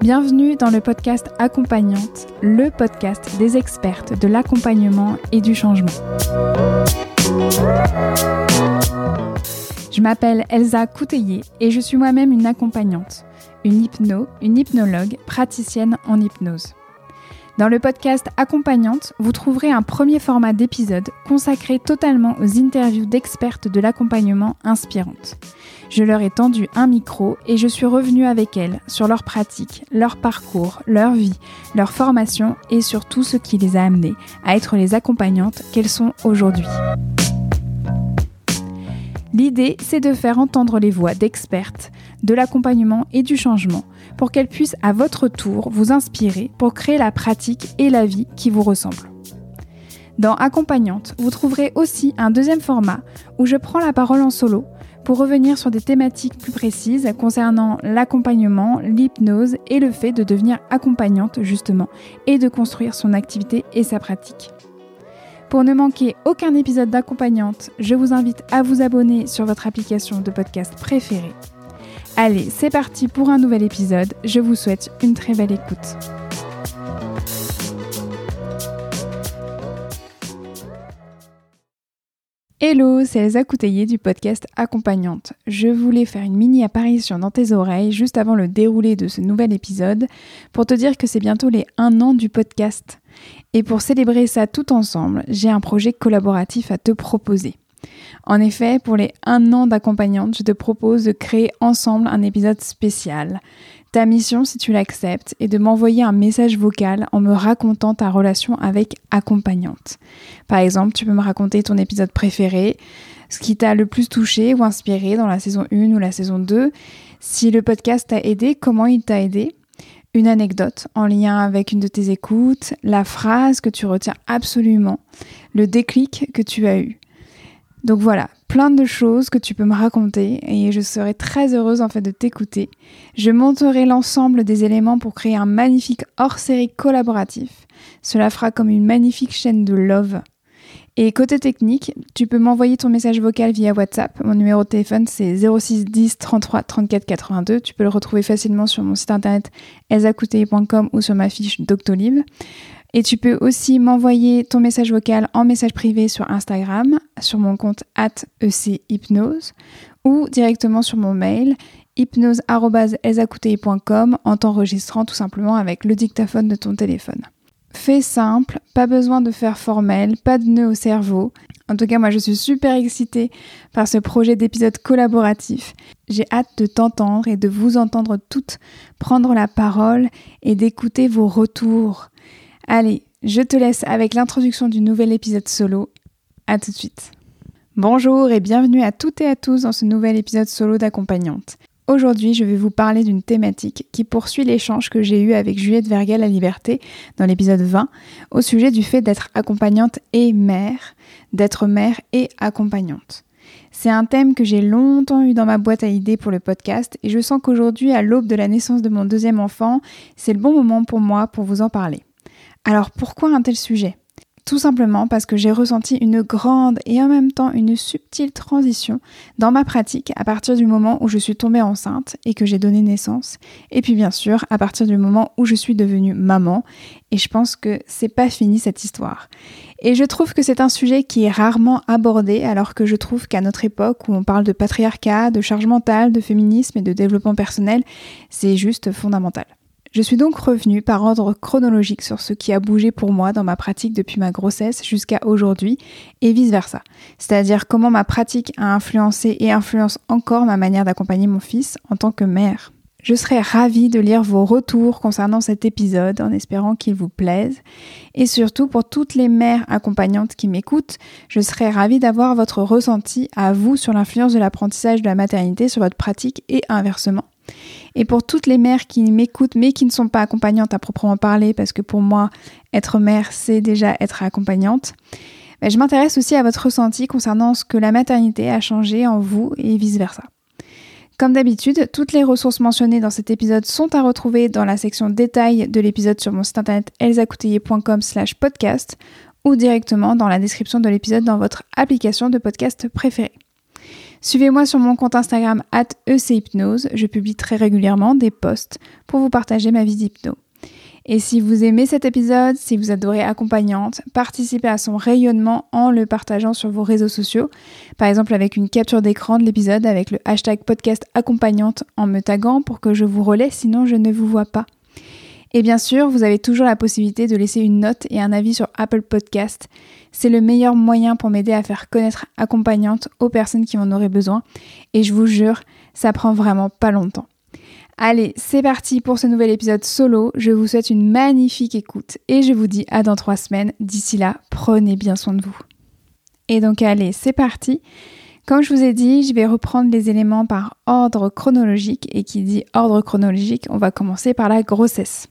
Bienvenue dans le podcast Accompagnante, le podcast des expertes de l'accompagnement et du changement. Je m'appelle Elsa Couteillé et je suis moi-même une accompagnante, une hypnologue, praticienne en hypnose. Dans le podcast Accompagnante, vous trouverez un premier format d'épisode consacré totalement aux interviews d'expertes de l'accompagnement inspirantes. Je leur ai tendu un micro et je suis revenue avec elles sur leur pratique, leur parcours, leur vie, leur formation et sur tout ce qui les a amenées à être les accompagnantes qu'elles sont aujourd'hui. L'idée, c'est de faire entendre les voix d'expertes, de l'accompagnement et du changement pour qu'elles puissent à votre tour vous inspirer pour créer la pratique et la vie qui vous ressemblent. Dans Accompagnante, vous trouverez aussi un deuxième format où je prends la parole en solo pour revenir sur des thématiques plus précises concernant l'accompagnement, l'hypnose et le fait de devenir accompagnante justement et de construire son activité et sa pratique. Pour ne manquer aucun épisode d'Accompagnante, je vous invite à vous abonner sur votre application de podcast préférée. Allez, c'est parti pour un nouvel épisode. Je vous souhaite une très belle écoute. Hello, c'est Elsa Couteillé du podcast Accompagnante. Je voulais faire une mini apparition dans tes oreilles juste avant le déroulé de ce nouvel épisode pour te dire que c'est bientôt les 1 an du podcast. Et pour célébrer ça tout ensemble, j'ai un projet collaboratif à te proposer. En effet, pour les 1 an d'accompagnante, je te propose de créer ensemble un épisode spécial. Ta mission, si tu l'acceptes, est de m'envoyer un message vocal en me racontant ta relation avec accompagnante. Par exemple, tu peux me raconter ton épisode préféré, ce qui t'a le plus touché ou inspiré dans la saison 1 ou la saison 2, si le podcast t'a aidé, comment il t'a aidé, une anecdote en lien avec une de tes écoutes, la phrase que tu retiens absolument, le déclic que tu as eu. Donc voilà, plein de choses que tu peux me raconter et je serai très heureuse de t'écouter. Je monterai l'ensemble des éléments pour créer un magnifique hors-série collaboratif. Cela fera comme une magnifique chaîne de love. Et côté technique, tu peux m'envoyer ton message vocal via WhatsApp. Mon numéro de téléphone c'est 06 10 33 34 82. Tu peux le retrouver facilement sur mon site internet elsacoutey.com ou sur ma fiche Doctolib. Et tu peux aussi m'envoyer ton message vocal en message privé sur Instagram, sur mon compte @echypnose ou directement sur mon mail hypnose@elsacoutey.com en t'enregistrant tout simplement avec le dictaphone de ton téléphone. Fais simple, pas besoin de faire formel, pas de nœud au cerveau. En tout cas, moi je suis super excitée par ce projet d'épisode collaboratif. J'ai hâte de t'entendre et de vous entendre toutes prendre la parole et d'écouter vos retours. Allez, je te laisse avec l'introduction du nouvel épisode solo. À tout de suite. Bonjour et bienvenue à toutes et à tous dans ce nouvel épisode solo d'Accompagnante. Aujourd'hui, je vais vous parler d'une thématique qui poursuit l'échange que j'ai eu avec Juliette Vergel à Liberté dans l'épisode 20 au sujet du fait d'être accompagnante et mère, d'être mère et accompagnante. C'est un thème que j'ai longtemps eu dans ma boîte à idées pour le podcast et je sens qu'aujourd'hui, à l'aube de la naissance de mon 2e enfant, c'est le bon moment pour moi pour vous en parler. Alors pourquoi un tel sujet ? Tout simplement parce que j'ai ressenti une grande et en même temps une subtile transition dans ma pratique à partir du moment où je suis tombée enceinte et que j'ai donné naissance. Et puis bien sûr, à partir du moment où je suis devenue maman. Et je pense que c'est pas fini cette histoire. Et je trouve que c'est un sujet qui est rarement abordé alors que je trouve qu'à notre époque où on parle de patriarcat, de charge mentale, de féminisme et de développement personnel, c'est juste fondamental. Je suis donc revenue par ordre chronologique sur ce qui a bougé pour moi dans ma pratique depuis ma grossesse jusqu'à aujourd'hui et vice-versa. C'est-à-dire comment ma pratique a influencé et influence encore ma manière d'accompagner mon fils en tant que mère. Je serais ravie de lire vos retours concernant cet épisode en espérant qu'il vous plaise. Et surtout pour toutes les mères accompagnantes qui m'écoutent, je serais ravie d'avoir votre ressenti à vous sur l'influence de l'apprentissage de la maternité sur votre pratique et inversement. Et pour toutes les mères qui m'écoutent mais qui ne sont pas accompagnantes à proprement parler, parce que pour moi, être mère, c'est déjà être accompagnante, je m'intéresse aussi à votre ressenti concernant ce que la maternité a changé en vous et vice-versa. Comme d'habitude, toutes les ressources mentionnées dans cet épisode sont à retrouver dans la section détails de l'épisode sur mon site internet elsacoutelier.com/podcast ou directement dans la description de l'épisode dans votre application de podcast préférée. Suivez-moi sur mon compte Instagram @echypnose. Je publie très régulièrement des posts pour vous partager ma vie d'hypno. Et si vous aimez cet épisode, si vous adorez Accompagnante, participez à son rayonnement en le partageant sur vos réseaux sociaux. Par exemple avec une capture d'écran de l'épisode avec le #podcast Accompagnante en me taguant pour que je vous relaie, sinon je ne vous vois pas. Et bien sûr, vous avez toujours la possibilité de laisser une note et un avis sur Apple Podcast. C'est le meilleur moyen pour m'aider à faire connaître Accompagnante aux personnes qui en auraient besoin. Et je vous jure, ça prend vraiment pas longtemps. Allez, c'est parti pour ce nouvel épisode solo. Je vous souhaite une magnifique écoute et je vous dis à dans 3 semaines. D'ici là, prenez bien soin de vous. Et donc allez, c'est parti. Comme je vous ai dit, je vais reprendre les éléments par ordre chronologique. Et qui dit ordre chronologique, on va commencer par la grossesse.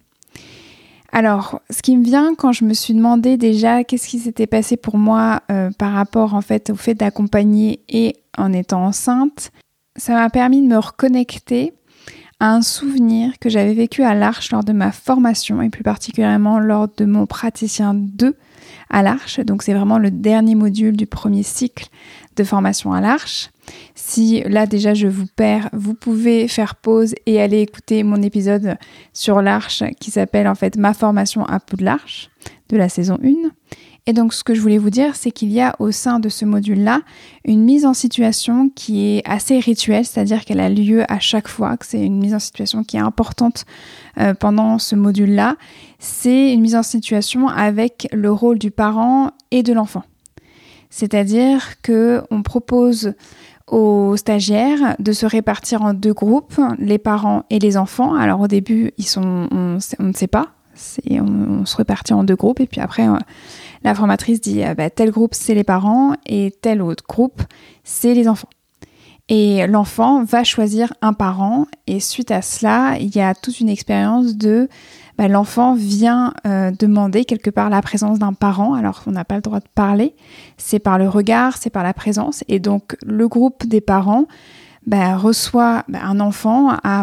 Alors, ce qui me vient quand je me suis demandé déjà qu'est-ce qui s'était passé pour moi par rapport en fait au fait d'accompagner et en étant enceinte, ça m'a permis de me reconnecter à un souvenir que j'avais vécu à l'Arche lors de ma formation et plus particulièrement lors de mon praticien 2 à l'Arche. Donc c'est vraiment le dernier module du premier cycle de formation à l'Arche. Si là déjà je vous perds, vous pouvez faire pause et aller écouter mon épisode sur l'Arche qui s'appelle en fait Ma formation à Poudlard de la saison 1. Et donc ce que je voulais vous dire, c'est qu'il y a au sein de ce module-là une mise en situation qui est assez rituelle, c'est-à-dire qu'elle a lieu à chaque fois, que c'est une mise en situation qui est importante pendant ce module-là. C'est une mise en situation avec le rôle du parent et de l'enfant. C'est-à-dire qu'on propose aux stagiaires de se répartir en 2 groupes, les parents et les enfants. Alors au début, on ne sait pas, on se répartit en 2 groupes et puis après la formatrice dit tel groupe c'est les parents et tel autre groupe c'est les enfants. Et l'enfant va choisir un parent et suite à cela, il y a toute une expérience de l'enfant vient demander quelque part la présence d'un parent. Alors on n'a pas le droit de parler, c'est par le regard, c'est par la présence. Et donc le groupe des parents reçoit un enfant à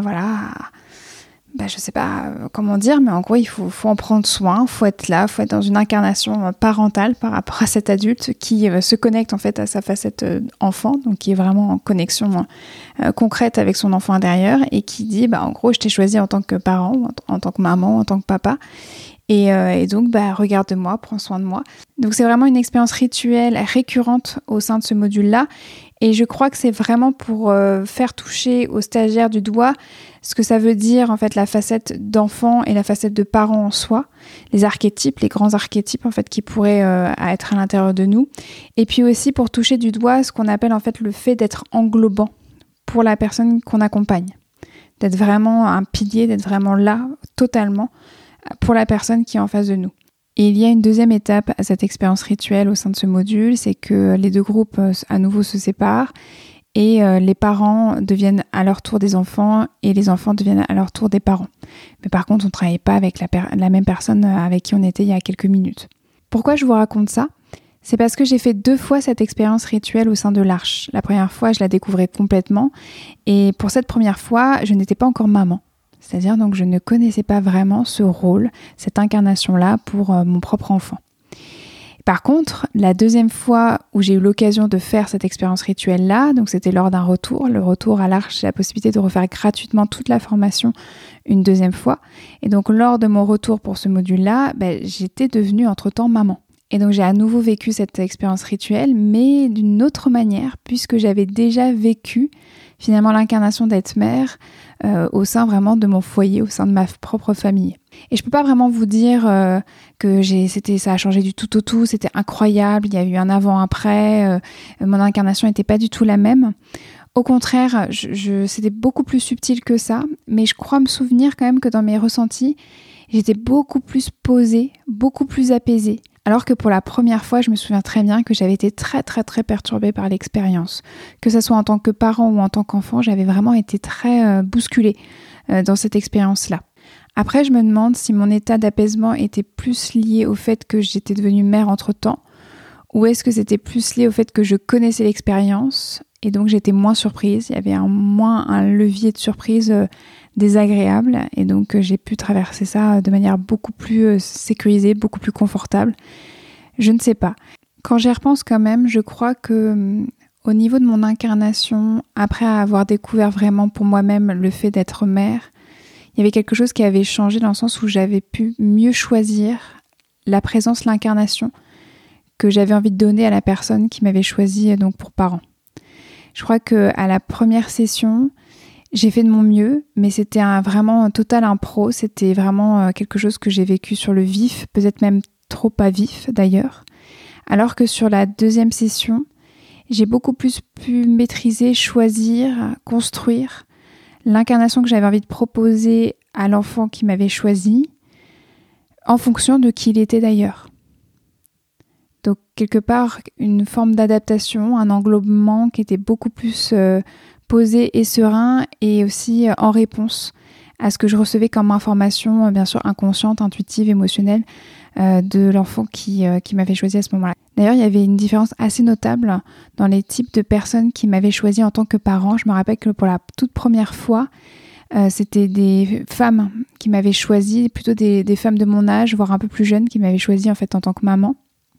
je sais pas comment dire, mais en gros, il faut en prendre soin, faut être là, faut être dans une incarnation parentale par rapport à cet adulte qui se connecte en fait à sa facette enfant, donc qui est vraiment en connexion concrète avec son enfant intérieur et qui dit, en gros, je t'ai choisi en tant que parent, en tant que maman, en tant que papa. Et donc, regarde-moi, prends soin de moi. Donc, c'est vraiment une expérience rituelle récurrente au sein de ce module-là. Et je crois que c'est vraiment pour faire toucher aux stagiaires du doigt ce que ça veut dire, en fait, la facette d'enfant et la facette de parent en soi. Les archétypes, les grands archétypes, en fait, qui pourraient être à l'intérieur de nous. Et puis aussi pour toucher du doigt ce qu'on appelle, en fait, le fait d'être englobant pour la personne qu'on accompagne. D'être vraiment un pilier, d'être vraiment là, totalement, pour la personne qui est en face de nous. Et il y a une deuxième étape à cette expérience rituelle au sein de ce module, c'est que les 2 groupes à nouveau se séparent et les parents deviennent à leur tour des enfants et les enfants deviennent à leur tour des parents. Mais par contre, on ne travaille pas avec la même personne avec qui on était il y a quelques minutes. Pourquoi je vous raconte ça ? C'est parce que j'ai fait 2 fois cette expérience rituelle au sein de l'Arche. La première fois, je la découvrais complètement et pour cette première fois, je n'étais pas encore maman. C'est-à-dire donc je ne connaissais pas vraiment ce rôle, cette incarnation-là pour mon propre enfant. Par contre, la deuxième fois où j'ai eu l'occasion de faire cette expérience rituelle-là, donc c'était lors d'un retour. Le retour à l'Arche, j'ai la possibilité de refaire gratuitement toute la formation une deuxième fois. Et donc lors de mon retour pour ce module-là, j'étais devenue entre-temps maman. Et donc j'ai à nouveau vécu cette expérience rituelle, mais d'une autre manière, puisque j'avais déjà vécu finalement l'incarnation d'être mère au sein vraiment de mon foyer, au sein de ma propre famille. Et je peux pas vraiment vous dire que ça a changé du tout au tout, c'était incroyable, il y a eu un avant-après, mon incarnation n'était pas du tout la même. Au contraire, c'était beaucoup plus subtil que ça, mais je crois me souvenir quand même que dans mes ressentis, j'étais beaucoup plus posée, beaucoup plus apaisée. Alors que pour la première fois, je me souviens très bien que j'avais été très très très perturbée par l'expérience. Que ce soit en tant que parent ou en tant qu'enfant, j'avais vraiment été très bousculée dans cette expérience-là. Après, je me demande si mon état d'apaisement était plus lié au fait que j'étais devenue mère entre-temps, ou est-ce que c'était plus lié au fait que je connaissais l'expérience et donc j'étais moins surprise. Il y avait moins un levier de surprise désagréable et donc j'ai pu traverser ça de manière beaucoup plus sécurisée, beaucoup plus confortable. Je ne sais pas. Quand j'y repense quand même, je crois que Au niveau de mon incarnation, après avoir découvert vraiment pour moi-même le fait d'être mère, il y avait quelque chose qui avait changé dans le sens où j'avais pu mieux choisir la présence, l'incarnation que j'avais envie de donner à la personne qui m'avait choisi donc pour parent. Je crois qu'à la première session, j'ai fait de mon mieux, mais c'était vraiment un total impro. C'était vraiment quelque chose que j'ai vécu sur le vif, peut-être même trop pas vif d'ailleurs. Alors que sur la deuxième session, j'ai beaucoup plus pu maîtriser, choisir, construire l'incarnation que j'avais envie de proposer à l'enfant qui m'avait choisi, en fonction de qui il était d'ailleurs. Donc quelque part, une forme d'adaptation, un englobement qui était beaucoup plus posé et serein, et aussi en réponse à ce que je recevais comme information, bien sûr inconsciente, intuitive, émotionnelle, de l'enfant qui m'avait choisi à ce moment-là. D'ailleurs, il y avait une différence assez notable dans les types de personnes qui m'avaient choisi en tant que parent. Je me rappelle que pour la toute première fois, c'était des femmes qui m'avaient choisi, plutôt des femmes de mon âge, voire un peu plus jeunes, qui m'avaient choisi en fait en tant que maman.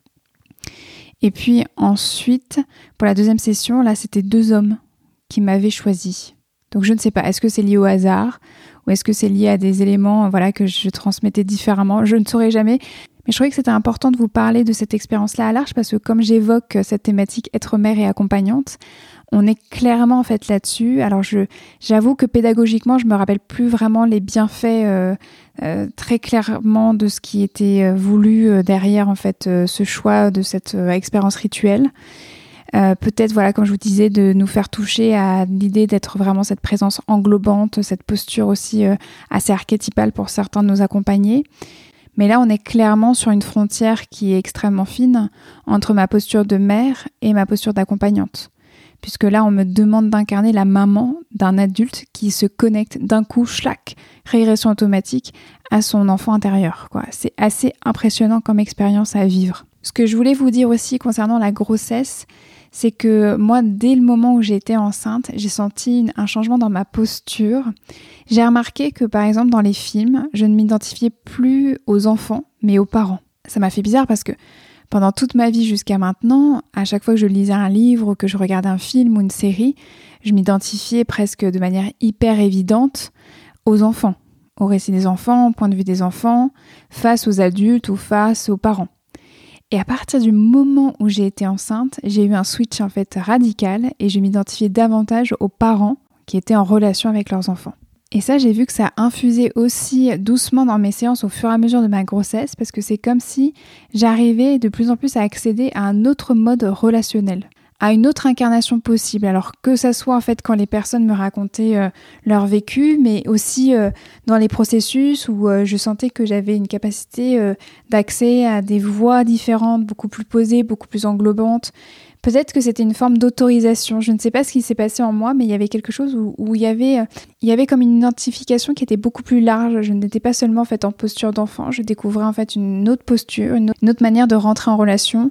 Et puis ensuite, pour la deuxième session, là, c'était 2 hommes qui m'avaient choisi. Donc je ne sais pas, est-ce que c'est lié au hasard ou est-ce que c'est lié à des éléments que je transmettais différemment? Je ne saurais jamais. Mais je trouvais que c'était important de vous parler de cette expérience-là à large parce que comme j'évoque cette thématique être mère et accompagnante, on est clairement en fait là-dessus. Alors j'avoue que pédagogiquement, je me rappelle plus vraiment les bienfaits très clairement de ce qui était voulu derrière en fait ce choix de cette expérience rituelle. Peut-être, comme je vous disais, de nous faire toucher à l'idée d'être vraiment cette présence englobante, cette posture aussi assez archétypale pour certains de nos accompagnés. Mais là, on est clairement sur une frontière qui est extrêmement fine entre ma posture de mère et ma posture d'accompagnante. Puisque là, on me demande d'incarner la maman d'un adulte qui se connecte d'un coup, régression automatique, à son enfant intérieur, quoi. C'est assez impressionnant comme expérience à vivre. Ce que je voulais vous dire aussi concernant la grossesse, c'est que moi, dès le moment où j'ai été enceinte, j'ai senti un changement dans ma posture. J'ai remarqué que, par exemple, dans les films, je ne m'identifiais plus aux enfants, mais aux parents. Ça m'a fait bizarre parce que pendant toute ma vie jusqu'à maintenant, à chaque fois que je lisais un livre ou que je regardais un film ou une série, je m'identifiais presque de manière hyper évidente aux enfants, au récit des enfants, au point de vue des enfants, face aux adultes ou face aux parents. Et à partir du moment où j'ai été enceinte, j'ai eu un switch en fait radical et je m'identifiais davantage aux parents qui étaient en relation avec leurs enfants. Et ça, j'ai vu que ça infusait aussi doucement dans mes séances au fur et à mesure de ma grossesse parce que c'est comme si j'arrivais de plus en plus à accéder à un autre mode relationnel, à une autre incarnation possible. Alors que ça soit en fait quand les personnes me racontaient leur vécu, mais aussi dans les processus où je sentais que j'avais une capacité d'accès à des voix différentes, beaucoup plus posées, beaucoup plus englobantes. Peut-être que c'était une forme d'autorisation. Je ne sais pas ce qui s'est passé en moi, mais il y avait quelque chose où il y avait comme une identification qui était beaucoup plus large. Je n'étais pas seulement en fait en posture d'enfant. Je découvrais en fait une autre posture, une autre manière de rentrer en relation.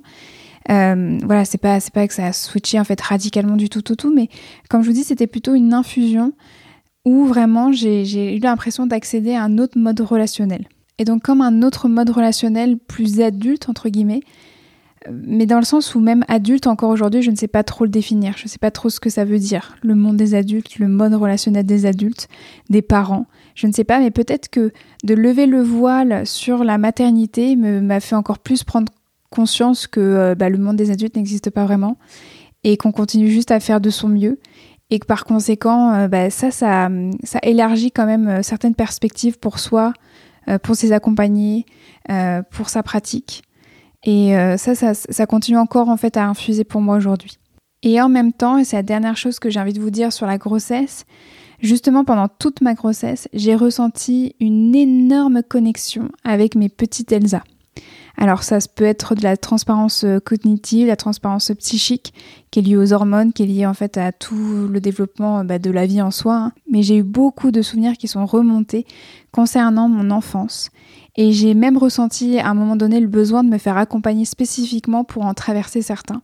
C'est pas que ça a switché en fait radicalement du tout, mais comme je vous dis, c'était plutôt une infusion où vraiment j'ai eu l'impression d'accéder à un autre mode relationnel. Et donc comme un autre mode relationnel plus adulte, entre guillemets, mais dans le sens où même adulte, encore aujourd'hui, je ne sais pas trop le définir, je ne sais pas trop ce que ça veut dire, le monde des adultes, le mode relationnel des adultes, des parents, je ne sais pas, mais peut-être que de lever le voile sur la maternité m'a fait encore plus prendre conscience que le monde des adultes n'existe pas vraiment et qu'on continue juste à faire de son mieux et que par conséquent, ça élargit quand même certaines perspectives pour soi, pour ses accompagnés, pour sa pratique. Et ça continue encore en fait à infuser pour moi aujourd'hui. Et en même temps, et c'est la dernière chose que j'ai envie de vous dire sur la grossesse, justement pendant toute ma grossesse, j'ai ressenti une énorme connexion avec mes petites Elsa. Alors ça peut être de la transparence cognitive, la transparence psychique qui est liée aux hormones, qui est liée en fait à tout le développement de la vie en soi. Hein. Mais j'ai eu beaucoup de souvenirs qui sont remontés concernant mon enfance. Et j'ai même ressenti à un moment donné le besoin de me faire accompagner spécifiquement pour en traverser certains.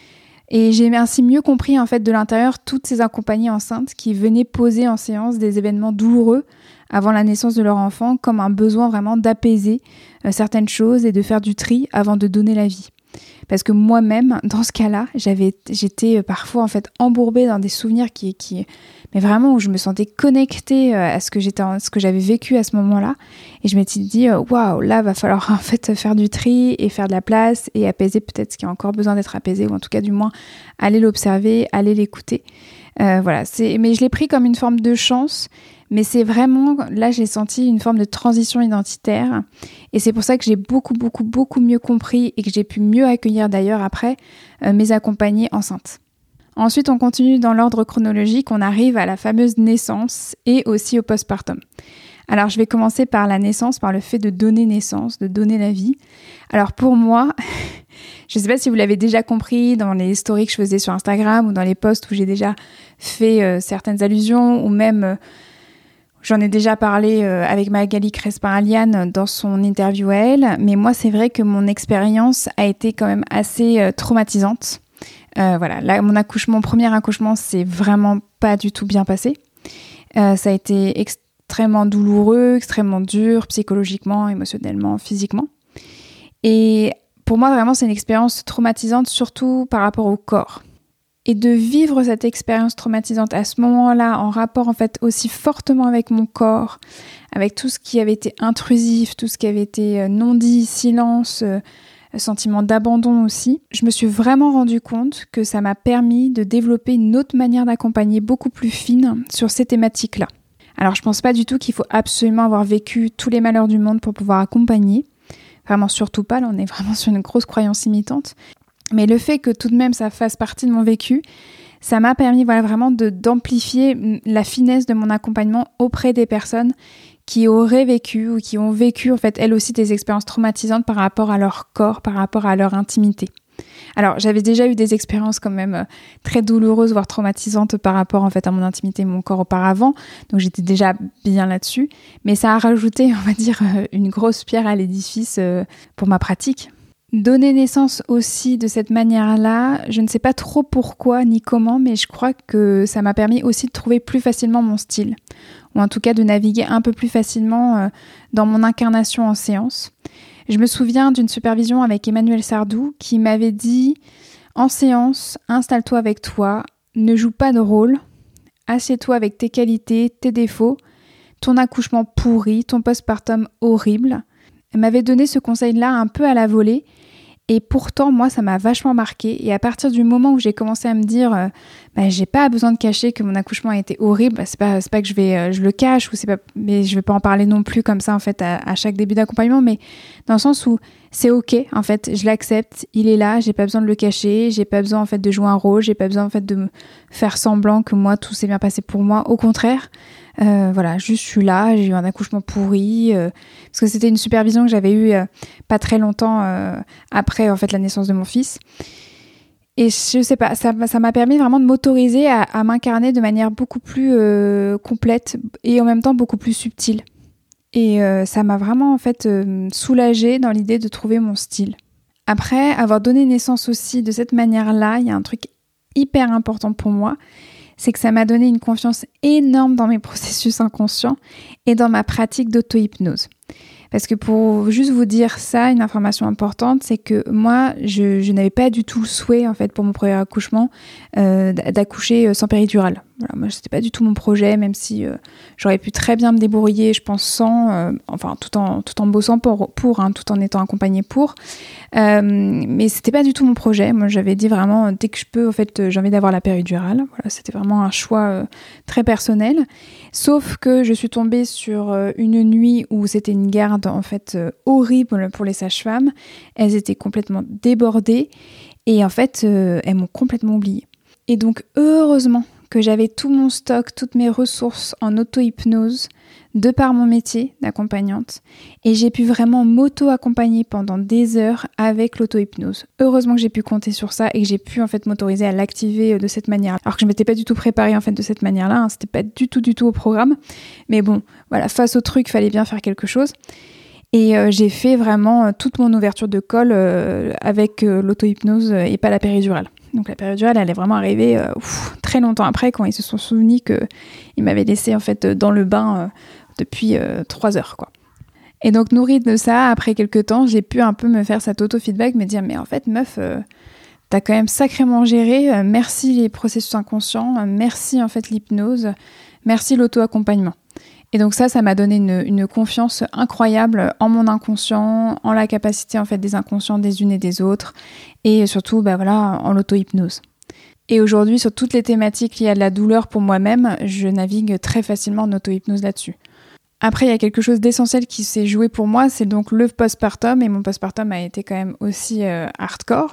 Et j'ai ainsi mieux compris en fait de l'intérieur toutes ces accompagnées enceintes qui venaient poser en séance des événements douloureux avant la naissance de leur enfant comme un besoin vraiment d'apaiser certaines choses et de faire du tri avant de donner la vie. Parce que moi-même, dans ce cas-là, j'étais parfois en fait embourbée dans des souvenirs mais vraiment où je me sentais connectée à ce que j'avais vécu à ce moment-là. Et je m'étais dit, waouh, là, va falloir en fait faire du tri et faire de la place et apaiser peut-être ce qui a encore besoin d'être apaisé, ou en tout cas, du moins, aller l'observer, aller l'écouter. Voilà, mais je l'ai pris comme une forme de chance, mais c'est vraiment, là j'ai senti une forme de transition identitaire, et c'est pour ça que j'ai beaucoup mieux compris et que j'ai pu mieux accueillir d'ailleurs après mes accompagnées enceintes. Ensuite, on continue dans l'ordre chronologique, on arrive à la fameuse naissance et aussi au postpartum. Alors je vais commencer par la naissance, par le fait de donner naissance, de donner la vie. Alors pour moi, je ne sais pas si vous l'avez déjà compris dans les stories que je faisais sur Instagram ou dans les posts où j'ai déjà fait certaines allusions, ou même j'en ai déjà parlé avec Magali Crespin-Aliane dans son interview à elle. Mais moi, c'est vrai que mon expérience a été quand même assez traumatisante. Voilà, là, mon premier accouchement, c'est vraiment pas du tout bien passé. Ça a été extrêmement douloureux, extrêmement dur, psychologiquement, émotionnellement, physiquement. Et pour moi, vraiment, c'est une expérience traumatisante, surtout par rapport au corps. Et de vivre cette expérience traumatisante à ce moment-là, en rapport en fait aussi fortement avec mon corps, avec tout ce qui avait été intrusif, tout ce qui avait été non dit, silence, sentiment d'abandon aussi, je me suis vraiment rendu compte que ça m'a permis de développer une autre manière d'accompagner beaucoup plus fine sur ces thématiques-là. Alors je pense pas du tout qu'il faut absolument avoir vécu tous les malheurs du monde pour pouvoir accompagner. Vraiment surtout pas, là on est vraiment sur une grosse croyance imitante. Mais le fait que tout de même ça fasse partie de mon vécu, ça m'a permis vraiment d'amplifier la finesse de mon accompagnement auprès des personnes qui auraient vécu ou qui ont vécu en fait elles aussi des expériences traumatisantes par rapport à leur corps, par rapport à leur intimité. Alors j'avais déjà eu des expériences quand même très douloureuses, voire traumatisantes par rapport en fait à mon intimité et mon corps auparavant, donc j'étais déjà bien là-dessus, mais ça a rajouté on va dire une grosse pierre à l'édifice pour ma pratique. Donner naissance aussi de cette manière-là, je ne sais pas trop pourquoi ni comment, mais je crois que ça m'a permis aussi de trouver plus facilement mon style, ou en tout cas de naviguer un peu plus facilement dans mon incarnation en séance. Je me souviens d'une supervision avec Emmanuel Sardou qui m'avait dit « En séance, installe-toi avec toi, ne joue pas de rôle, assieds-toi avec tes qualités, tes défauts, ton accouchement pourri, ton postpartum horrible. » Elle m'avait donné ce conseil-là un peu à la volée, et pourtant, moi, ça m'a vachement marqué. Et à partir du moment où j'ai commencé à me dire j'ai pas besoin de cacher que mon accouchement a été horrible, c'est pas que je le cache, mais je vais pas en parler non plus comme ça, en fait, à chaque début d'accompagnement, mais dans le sens où c'est ok, en fait, je l'accepte, il est là, j'ai pas besoin de le cacher, j'ai pas besoin, en fait, de jouer un rôle, j'ai pas besoin, en fait, de me faire semblant que moi, tout s'est bien passé pour moi. Au contraire, juste je suis là, j'ai eu un accouchement pourri, parce que c'était une supervision que j'avais eue pas très longtemps après en fait la naissance de mon fils. Et je sais pas, ça m'a permis vraiment de m'autoriser à m'incarner de manière beaucoup plus complète et en même temps beaucoup plus subtile. Et ça m'a vraiment en fait soulagée dans l'idée de trouver mon style. Après avoir donné naissance aussi de cette manière-là, il y a un truc hyper important pour moi, c'est que ça m'a donné une confiance énorme dans mes processus inconscients et dans ma pratique d'auto-hypnose. Parce que pour juste vous dire ça, une information importante, c'est que moi, je n'avais pas du tout le souhait, en fait, pour mon premier accouchement, d'accoucher sans péridurale. Voilà, moi, c'était pas du tout mon projet, même si j'aurais pu très bien me débrouiller, je pense, sans, tout en bossant pour tout en étant accompagnée pour. Mais c'était pas du tout mon projet. Moi, j'avais dit vraiment, dès que je peux, en fait, j'ai envie d'avoir la péridurale. Voilà, c'était vraiment un choix très personnel. Sauf que je suis tombée sur une nuit où c'était une garde en fait horrible pour les sages-femmes. Elles étaient complètement débordées et en fait elles m'ont complètement oubliée. Et donc heureusement que j'avais tout mon stock, toutes mes ressources en auto-hypnose de par mon métier d'accompagnante, et j'ai pu vraiment m'auto-accompagner pendant des heures avec l'auto-hypnose. Heureusement que j'ai pu compter sur ça et que j'ai pu en fait m'autoriser à l'activer de cette manière. Alors que je m'étais pas du tout préparée en fait de cette manière-là, c'était pas du tout au programme. Mais bon, voilà, face au truc, fallait bien faire quelque chose. Et j'ai fait vraiment toute mon ouverture de col avec l'auto-hypnose et pas la péridurale. Donc la péridurale, elle est vraiment arrivée très longtemps après, quand ils se sont souvenus qu'ils m'avaient laissé en fait dans le bain depuis 3 heures, quoi. Et donc nourrie de ça, après quelques temps, j'ai pu un peu me faire cet auto-feedback, me dire mais en fait meuf, t'as quand même sacrément géré, merci les processus inconscients, merci en fait l'hypnose, merci l'auto-accompagnement. Et donc ça m'a donné une confiance incroyable en mon inconscient, en la capacité en fait des inconscients des unes et des autres, et surtout en l'auto-hypnose. Et aujourd'hui, sur toutes les thématiques liées à de la douleur pour moi-même, je navigue très facilement en auto-hypnose là-dessus. Après, il y a quelque chose d'essentiel qui s'est joué pour moi, c'est donc le postpartum, et mon postpartum a été quand même aussi hardcore.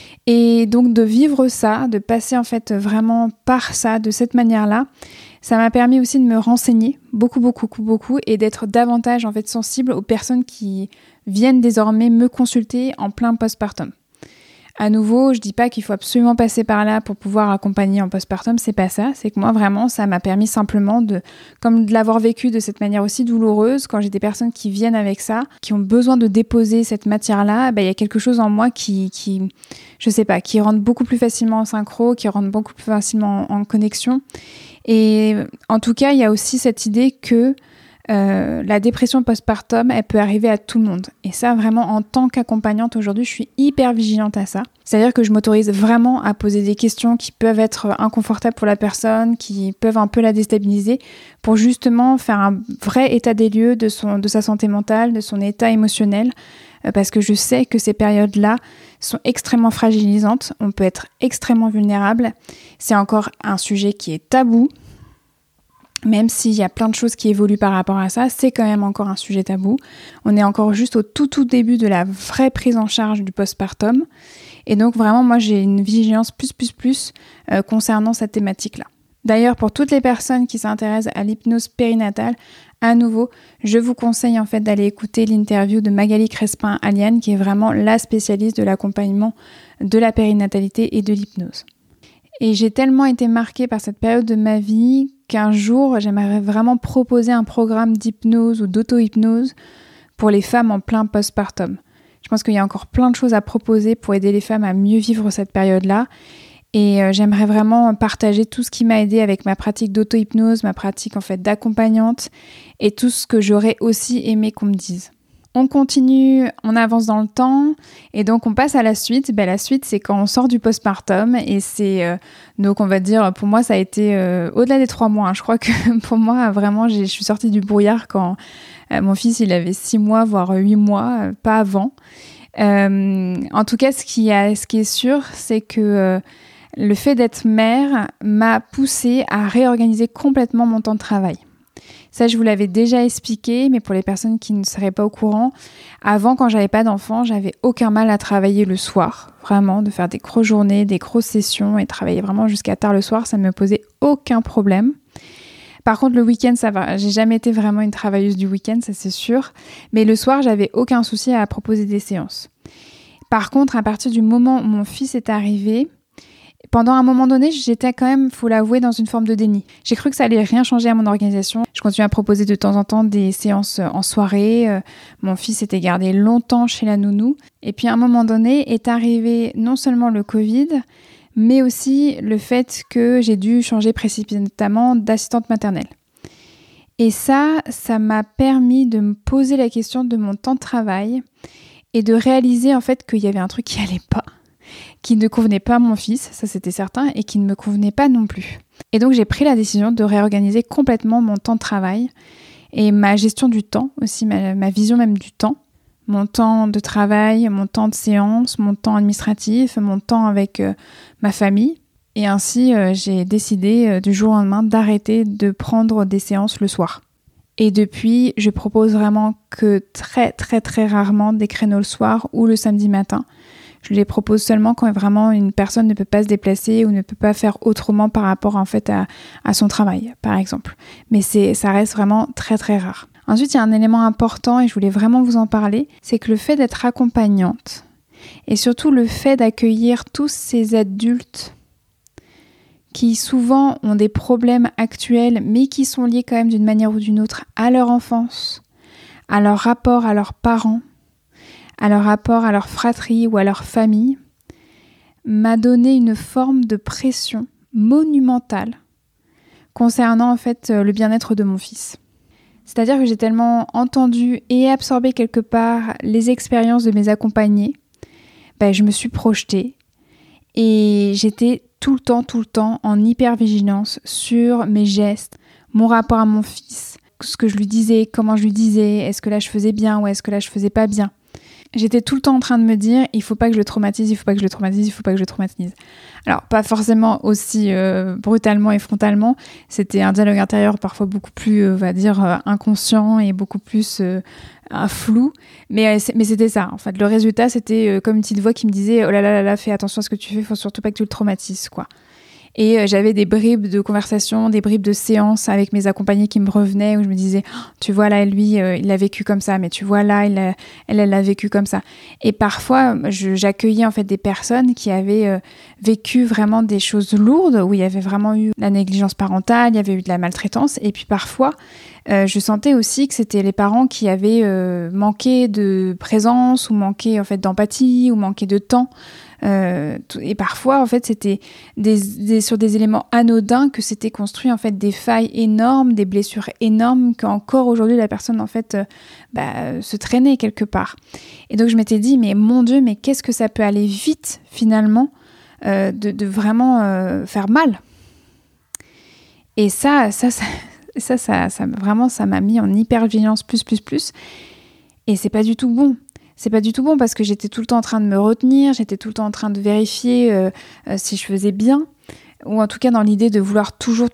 Et donc de vivre ça, de passer en fait vraiment par ça, de cette manière-là, ça m'a permis aussi de me renseigner beaucoup, et d'être davantage en fait sensible aux personnes qui viennent désormais me consulter en plein postpartum. À nouveau, je dis pas qu'il faut absolument passer par là pour pouvoir accompagner en postpartum, c'est pas ça. C'est que moi, vraiment, ça m'a permis simplement de l'avoir vécu de cette manière aussi douloureuse, quand j'ai des personnes qui viennent avec ça, qui ont besoin de déposer cette matière-là, il y a quelque chose en moi qui rentre beaucoup plus facilement en synchro, qui rentre beaucoup plus facilement en connexion. Et en tout cas, il y a aussi cette idée que la dépression postpartum, elle peut arriver à tout le monde. Et ça, vraiment, en tant qu'accompagnante aujourd'hui, je suis hyper vigilante à ça. C'est-à-dire que je m'autorise vraiment à poser des questions qui peuvent être inconfortables pour la personne, qui peuvent un peu la déstabiliser, pour justement faire un vrai état des lieux de sa santé mentale, de son état émotionnel, parce que je sais que ces périodes-là sont extrêmement fragilisantes, on peut être extrêmement vulnérable. C'est encore un sujet qui est tabou. Même s'il y a plein de choses qui évoluent par rapport à ça, c'est quand même encore un sujet tabou. On est encore juste au tout début de la vraie prise en charge du postpartum. Et donc vraiment, moi, j'ai une vigilance plus concernant cette thématique-là. D'ailleurs, pour toutes les personnes qui s'intéressent à l'hypnose périnatale, à nouveau, je vous conseille en fait d'aller écouter l'interview de Magali Crespin-Aliane, qui est vraiment la spécialiste de l'accompagnement de la périnatalité et de l'hypnose. Et j'ai tellement été marquée par cette période de ma vie qu'un jour, j'aimerais vraiment proposer un programme d'hypnose ou d'auto-hypnose pour les femmes en plein postpartum. Je pense qu'il y a encore plein de choses à proposer pour aider les femmes à mieux vivre cette période-là. Et j'aimerais vraiment partager tout ce qui m'a aidé avec ma pratique d'auto-hypnose, ma pratique en fait d'accompagnante et tout ce que j'aurais aussi aimé qu'on me dise. On continue, on avance dans le temps et donc on passe à la suite. La suite, c'est quand on sort du postpartum et c'est donc on va dire, pour moi ça a été au-delà des 3 mois. Je crois que pour moi vraiment je suis sortie du brouillard quand mon fils il avait 6 mois voire 8 mois, pas avant. En tout cas, ce qui est sûr, c'est que le fait d'être mère m'a poussée à réorganiser complètement mon temps de travail. Ça, je vous l'avais déjà expliqué, mais pour les personnes qui ne seraient pas au courant, avant, quand j'avais pas d'enfant, j'avais aucun mal à travailler le soir. Vraiment, de faire des grosses journées, des grosses sessions et travailler vraiment jusqu'à tard le soir, ça ne me posait aucun problème. Par contre, le week-end, ça va. J'ai jamais été vraiment une travailleuse du week-end, ça c'est sûr. Mais le soir, j'avais aucun souci à proposer des séances. Par contre, à partir du moment où mon fils est arrivé, pendant un moment donné, j'étais quand même, faut l'avouer, dans une forme de déni. J'ai cru que ça allait rien changer à mon organisation. Je continuais à proposer de temps en temps des séances en soirée. Mon fils était gardé longtemps chez la nounou. Et puis à un moment donné est arrivé non seulement le Covid, mais aussi le fait que j'ai dû changer précipitamment d'assistante maternelle. Et ça m'a permis de me poser la question de mon temps de travail et de réaliser en fait qu'il y avait un truc qui allait pas, qui ne convenait pas à mon fils, ça c'était certain, et qui ne me convenait pas non plus. Et donc j'ai pris la décision de réorganiser complètement mon temps de travail et ma gestion du temps, aussi ma vision même du temps, mon temps de travail, mon temps de séance, mon temps administratif, mon temps avec ma famille. Et ainsi, j'ai décidé du jour au lendemain d'arrêter de prendre des séances le soir. Et depuis, je propose vraiment que très rarement des créneaux le soir ou le samedi matin. Je les propose seulement quand vraiment une personne ne peut pas se déplacer ou ne peut pas faire autrement par rapport en fait à son travail, par exemple. Mais ça reste vraiment très rare. Ensuite, il y a un élément important et je voulais vraiment vous en parler, c'est que le fait d'être accompagnante et surtout le fait d'accueillir tous ces adultes qui souvent ont des problèmes actuels mais qui sont liés quand même d'une manière ou d'une autre à leur enfance, à leur rapport à leurs parents, à leur rapport à leur fratrie ou à leur famille, m'a donné une forme de pression monumentale concernant en fait le bien-être de mon fils. C'est-à-dire que j'ai tellement entendu et absorbé quelque part les expériences de mes accompagnés, je me suis projetée et j'étais tout le temps en hypervigilance sur mes gestes, mon rapport à mon fils, ce que je lui disais, comment je lui disais, est-ce que là je faisais bien ou est-ce que là je faisais pas bien. J'étais tout le temps en train de me dire, il faut pas que je le traumatise, il faut pas que je le traumatise, il faut pas que je le traumatise. Alors, pas forcément aussi brutalement et frontalement, c'était un dialogue intérieur parfois beaucoup plus, inconscient et beaucoup plus flou, mais c'était ça, en fait. Le résultat, c'était comme une petite voix qui me disait, oh là là là là, fais attention à ce que tu fais, faut surtout pas que tu le traumatises, quoi. Et j'avais des bribes de conversation, des bribes de séances avec mes accompagnés qui me revenaient où je me disais, oh, tu vois là, lui, il l'a vécu comme ça, mais tu vois là, elle l'a vécu comme ça. Et parfois, j'accueillais en fait des personnes qui avaient vécu vraiment des choses lourdes, où il y avait vraiment eu la négligence parentale, il y avait eu de la maltraitance. Et puis parfois, je sentais aussi que c'était les parents qui avaient manqué de présence ou manqué en fait d'empathie ou manqué de temps. Et parfois, en fait, c'était sur des éléments anodins que s'étaient construits en fait des failles énormes, des blessures énormes qu'encore aujourd'hui la personne en fait se traînait quelque part. Et donc je m'étais dit, mais mon Dieu, mais qu'est-ce que ça peut aller vite finalement de vraiment faire mal. Et ça vraiment, ça m'a mis en hypervigilance plus. Et c'est pas du tout bon. C'est pas du tout bon parce que j'étais tout le temps en train de me retenir, j'étais tout le temps en train de vérifier si je faisais bien, ou en tout cas dans l'idée de vouloir toujours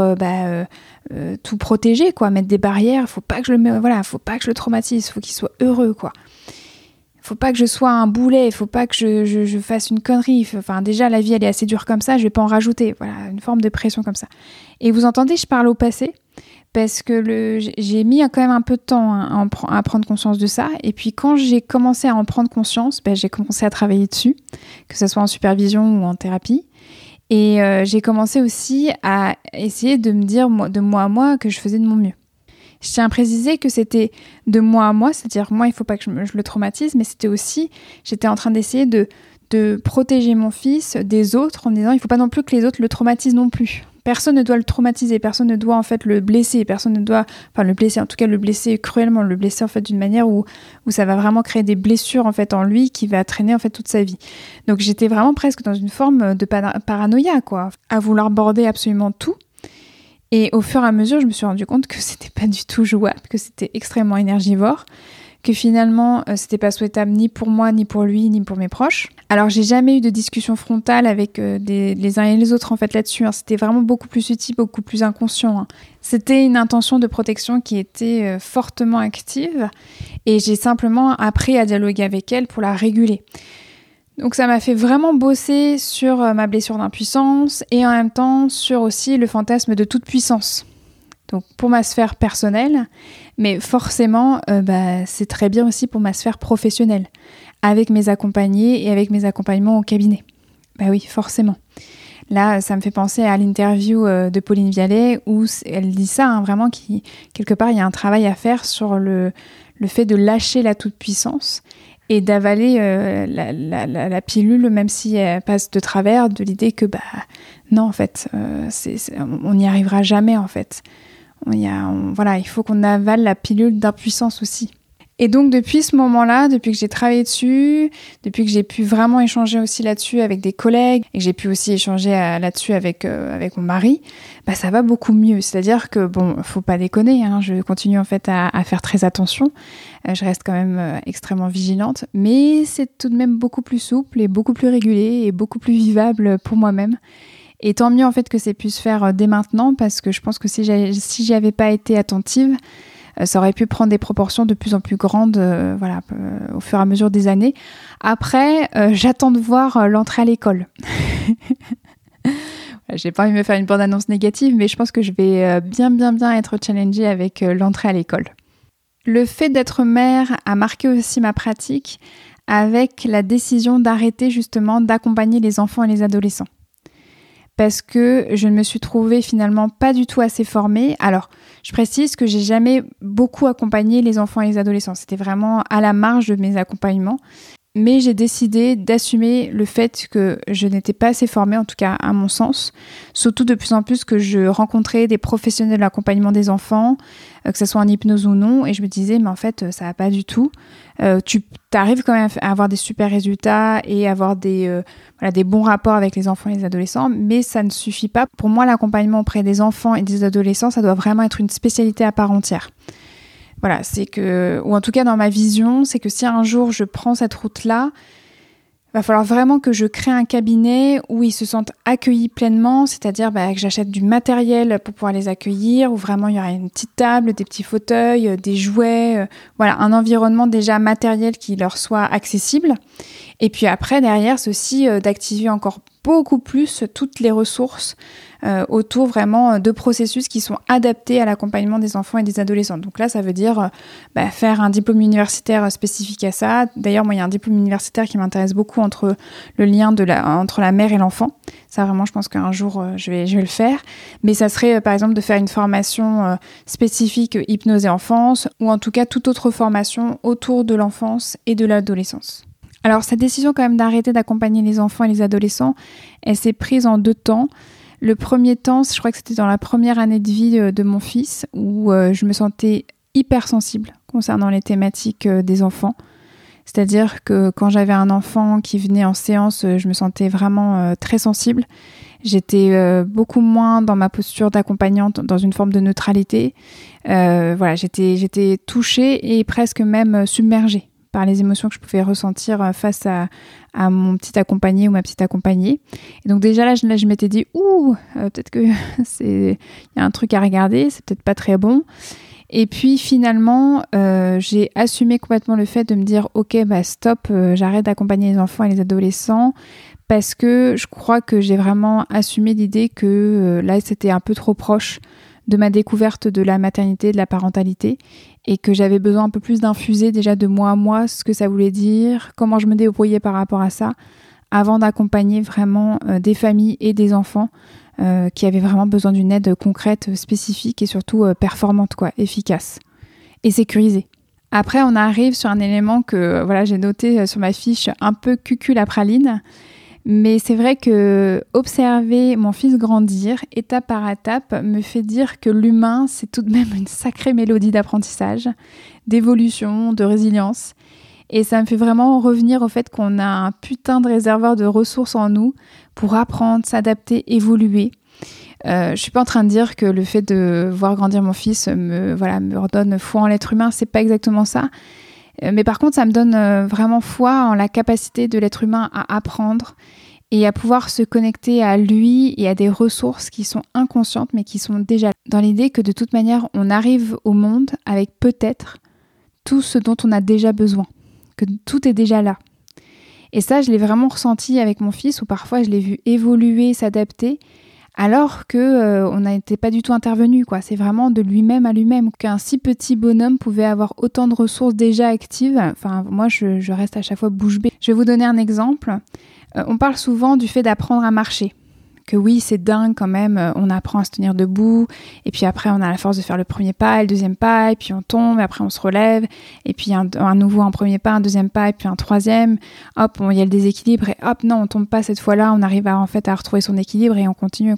tout protéger, quoi, mettre des barrières. Faut pas que je le traumatise, faut qu'il soit heureux, quoi. Faut pas que je sois un boulet, faut pas que je fasse une connerie. Enfin, déjà la vie elle est assez dure comme ça, je vais pas en rajouter. Voilà, une forme de pression comme ça. Et vous entendez, je parle au passé. Parce que j'ai mis quand même un peu de temps à prendre conscience de ça. Et puis quand j'ai commencé à en prendre conscience, j'ai commencé à travailler dessus, que ce soit en supervision ou en thérapie. Et j'ai commencé aussi à essayer de me dire de moi à moi que je faisais de mon mieux. Je tiens à préciser que c'était de moi à moi, c'est-à-dire moi il ne faut pas que je le traumatise, mais c'était aussi, j'étais en train d'essayer de protéger mon fils des autres en me disant il ne faut pas non plus que les autres le traumatisent non plus. Personne ne doit le traumatiser, personne ne doit en fait le blesser, personne ne doit, le blesser, en tout cas le blesser cruellement, le blesser en fait d'une manière où ça va vraiment créer des blessures en fait en lui qui va traîner en fait toute sa vie. Donc j'étais vraiment presque dans une forme de paranoïa, quoi, à vouloir border absolument tout. Et au fur et à mesure, je me suis rendu compte que c'était pas du tout jouable, que c'était extrêmement énergivore, que finalement c'était pas souhaitable ni pour moi, ni pour lui, ni pour mes proches. Alors j'ai jamais eu de discussion frontale avec les uns et les autres en fait là-dessus, hein. C'était vraiment beaucoup plus subtil, beaucoup plus inconscient, hein. C'était une intention de protection qui était fortement active et j'ai simplement appris à dialoguer avec elle pour la réguler. Donc ça m'a fait vraiment bosser sur ma blessure d'impuissance et en même temps sur aussi le fantasme de toute puissance. Donc pour ma sphère personnelle, mais forcément, c'est très bien aussi pour ma sphère professionnelle, avec mes accompagnés et avec mes accompagnements au cabinet. Oui, forcément. Là, ça me fait penser à l'interview de Pauline Vialet où elle dit ça, hein, vraiment, quelque part, il y a un travail à faire sur le fait de lâcher la toute-puissance et d'avaler la pilule, même si elle passe de travers, de l'idée que, non, en fait, on n'y arrivera jamais, en fait. Il faut qu'on avale la pilule d'impuissance aussi. Et donc depuis ce moment-là, depuis que j'ai travaillé dessus, depuis que j'ai pu vraiment échanger aussi là-dessus avec des collègues et que j'ai pu aussi échanger là-dessus avec mon mari, ça va beaucoup mieux. C'est-à-dire que faut pas déconner, hein, je continue en fait à faire très attention. Je reste quand même extrêmement vigilante, mais c'est tout de même beaucoup plus souple et beaucoup plus régulé et beaucoup plus vivable pour moi-même. Et tant mieux en fait que c'est pu se faire dès maintenant parce que je pense que si j'y avais pas été attentive, ça aurait pu prendre des proportions de plus en plus grandes au fur et à mesure des années. Après, j'attends de voir l'entrée à l'école. J'ai pas envie de me faire une bande-annonce négative, mais je pense que je vais bien être challengée avec l'entrée à l'école. Le fait d'être mère a marqué aussi ma pratique avec la décision d'arrêter justement d'accompagner les enfants et les adolescents. Parce que je ne me suis trouvée finalement pas du tout assez formée. Alors, je précise que j'ai jamais beaucoup accompagné les enfants et les adolescents. C'était vraiment à la marge de mes accompagnements. Mais j'ai décidé d'assumer le fait que je n'étais pas assez formée, en tout cas à mon sens, surtout de plus en plus que je rencontrais des professionnels de l'accompagnement des enfants, que ce soit en hypnose ou non, et je me disais, mais en fait, ça va pas du tout. Tu arrives quand même à avoir des super résultats et avoir des bons rapports avec les enfants et les adolescents, mais ça ne suffit pas. Pour moi, l'accompagnement auprès des enfants et des adolescents, ça doit vraiment être une spécialité à part entière. Voilà, c'est que, ou en tout cas dans ma vision, c'est que si un jour je prends cette route-là, il va falloir vraiment que je crée un cabinet où ils se sentent accueillis pleinement, c'est-à-dire que j'achète du matériel pour pouvoir les accueillir, où vraiment il y aura une petite table, des petits fauteuils, des jouets, voilà, un environnement déjà matériel qui leur soit accessible. Et puis après, derrière, ceci d'activer encore beaucoup plus toutes les ressources autour vraiment de processus qui sont adaptés à l'accompagnement des enfants et des adolescents. Donc là, ça veut dire faire un diplôme universitaire spécifique à ça. D'ailleurs, moi, il y a un diplôme universitaire qui m'intéresse beaucoup entre le lien entre la mère et l'enfant. Ça, vraiment, je pense qu'un jour, je vais le faire. Mais ça serait, par exemple, de faire une formation spécifique hypnose et enfance, ou en tout cas toute autre formation autour de l'enfance et de l'adolescence. Alors, cette décision quand même d'arrêter d'accompagner les enfants et les adolescents, elle s'est prise en 2 temps. Le premier temps, je crois que c'était dans la première année de vie de mon fils, où je me sentais hypersensible concernant les thématiques des enfants. C'est-à-dire que quand j'avais un enfant qui venait en séance, je me sentais vraiment très sensible. J'étais beaucoup moins dans ma posture d'accompagnante, dans une forme de neutralité. J'étais touchée et presque même submergée par les émotions que je pouvais ressentir face à mon petit accompagné ou ma petite accompagnée. Et donc déjà là, je m'étais dit, peut-être que il y a un truc à regarder, c'est peut-être pas très bon. Et puis finalement, j'ai assumé complètement le fait de me dire, ok, stop, j'arrête d'accompagner les enfants et les adolescents, parce que je crois que j'ai vraiment assumé l'idée que là, c'était un peu trop proche de ma découverte de la maternité, de la parentalité, et que j'avais besoin un peu plus d'infuser déjà de moi à moi ce que ça voulait dire, comment je me débrouillais par rapport à ça, avant d'accompagner vraiment des familles et des enfants qui avaient vraiment besoin d'une aide concrète, spécifique et surtout performante, efficace et sécurisée. Après, on arrive sur un élément que j'ai noté sur ma fiche, un peu cucul à praline. Mais c'est vrai que observer mon fils grandir étape par étape me fait dire que l'humain, c'est tout de même une sacrée mélodie d'apprentissage, d'évolution, de résilience. Et ça me fait vraiment revenir au fait qu'on a un putain de réservoir de ressources en nous pour apprendre, s'adapter, évoluer. Je suis pas en train de dire que le fait de voir grandir mon fils me redonne foi en l'être humain, c'est pas exactement ça. Mais par contre, ça me donne vraiment foi en la capacité de l'être humain à apprendre et à pouvoir se connecter à lui et à des ressources qui sont inconscientes mais qui sont déjà là. Dans l'idée que de toute manière, on arrive au monde avec peut-être tout ce dont on a déjà besoin, que tout est déjà là. Et ça, je l'ai vraiment ressenti avec mon fils où parfois je l'ai vu évoluer, s'adapter, alors qu'on n'était pas du tout intervenu, C'est vraiment de lui-même à lui-même qu'un si petit bonhomme pouvait avoir autant de ressources déjà actives. Enfin, moi, je reste à chaque fois bouche bée. Je vais vous donner un exemple. On parle souvent du fait d'apprendre à marcher. Que oui, c'est dingue quand même, on apprend à se tenir debout, et puis après on a la force de faire le premier pas, le deuxième pas, et puis on tombe, et après on se relève, et puis un nouveau un premier pas, un deuxième pas, et puis un troisième, hop, il y a le déséquilibre, et hop, non, on tombe pas cette fois-là, on arrive à retrouver son équilibre, et on continue.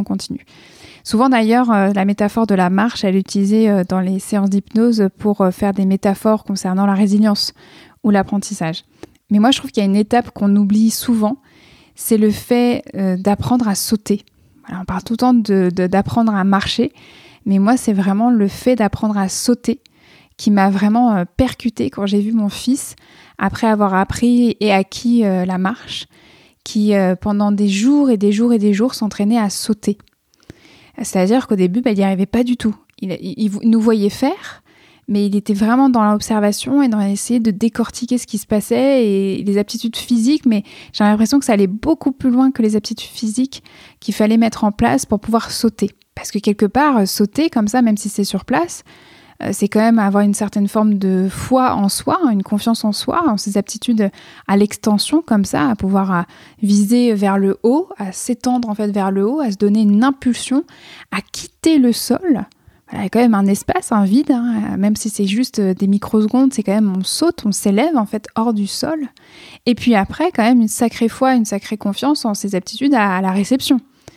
Souvent d'ailleurs, la métaphore de la marche, elle est utilisée dans les séances d'hypnose pour faire des métaphores concernant la résilience ou l'apprentissage. Mais moi je trouve qu'il y a une étape qu'on oublie souvent, c'est le fait d'apprendre à sauter. Voilà, on parle tout le temps d'apprendre à marcher, mais moi, c'est vraiment le fait d'apprendre à sauter qui m'a vraiment percutée quand j'ai vu mon fils, après avoir appris et acquis la marche, qui pendant des jours et des jours et des jours s'entraînait à sauter. C'est-à-dire qu'au début, il n'y arrivait pas du tout. Il nous voyait faire, mais il était vraiment dans l'observation et dans essayer de décortiquer ce qui se passait et les aptitudes physiques, mais j'ai l'impression que ça allait beaucoup plus loin que les aptitudes physiques qu'il fallait mettre en place pour pouvoir sauter. Parce que quelque part, sauter comme ça, même si c'est sur place, c'est quand même avoir une certaine forme de foi en soi, une confiance en soi, en ses aptitudes à l'extension comme ça, à pouvoir viser vers le haut, à s'étendre en fait vers le haut, à se donner une impulsion, à quitter le sol. il y a quand même un espace, un vide, hein, même si c'est juste des microsecondes, c'est quand même, on saute, on s'élève en fait hors du sol. Et puis après, quand même, une sacrée foi, une sacrée confiance en ses aptitudes à la réception.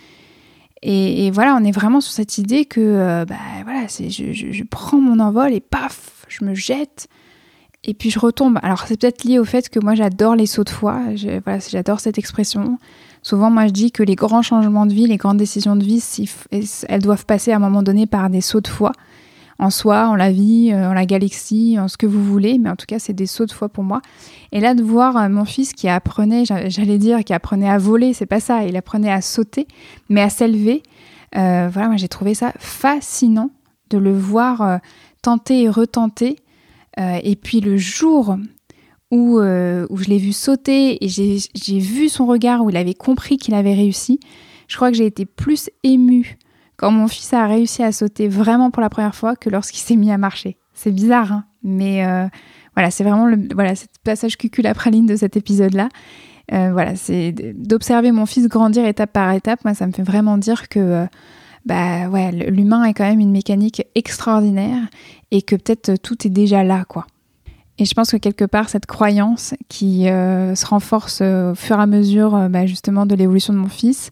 Et voilà, on est vraiment sur cette idée que je prends mon envol et paf, je me jette et puis je retombe. Alors c'est peut-être lié au fait que moi j'adore les sauts de foi, j'adore cette expression. Souvent moi je dis que les grands changements de vie, les grandes décisions de vie, elles doivent passer à un moment donné par des sauts de foi. En soi, en la vie, en la galaxie, en ce que vous voulez, mais en tout cas c'est des sauts de foi pour moi. Et là de voir mon fils qui apprenait, qui apprenait à voler, c'est pas ça, il apprenait à sauter, mais à s'élever. Moi j'ai trouvé ça fascinant de le voir tenter et retenter. Et puis le jour où je l'ai vu sauter et j'ai vu son regard où il avait compris qu'il avait réussi, je crois que j'ai été plus émue quand mon fils a réussi à sauter vraiment pour la première fois que lorsqu'il s'est mis à marcher. C'est bizarre, hein, mais c'est vraiment ce passage cucul-praline de cet épisode-là. C'est d'observer mon fils grandir étape par étape. Moi, ça me fait vraiment dire que l'humain est quand même une mécanique extraordinaire et que peut-être tout est déjà là, quoi. Et je pense que quelque part, cette croyance qui se renforce au fur et à mesure justement de l'évolution de mon fils,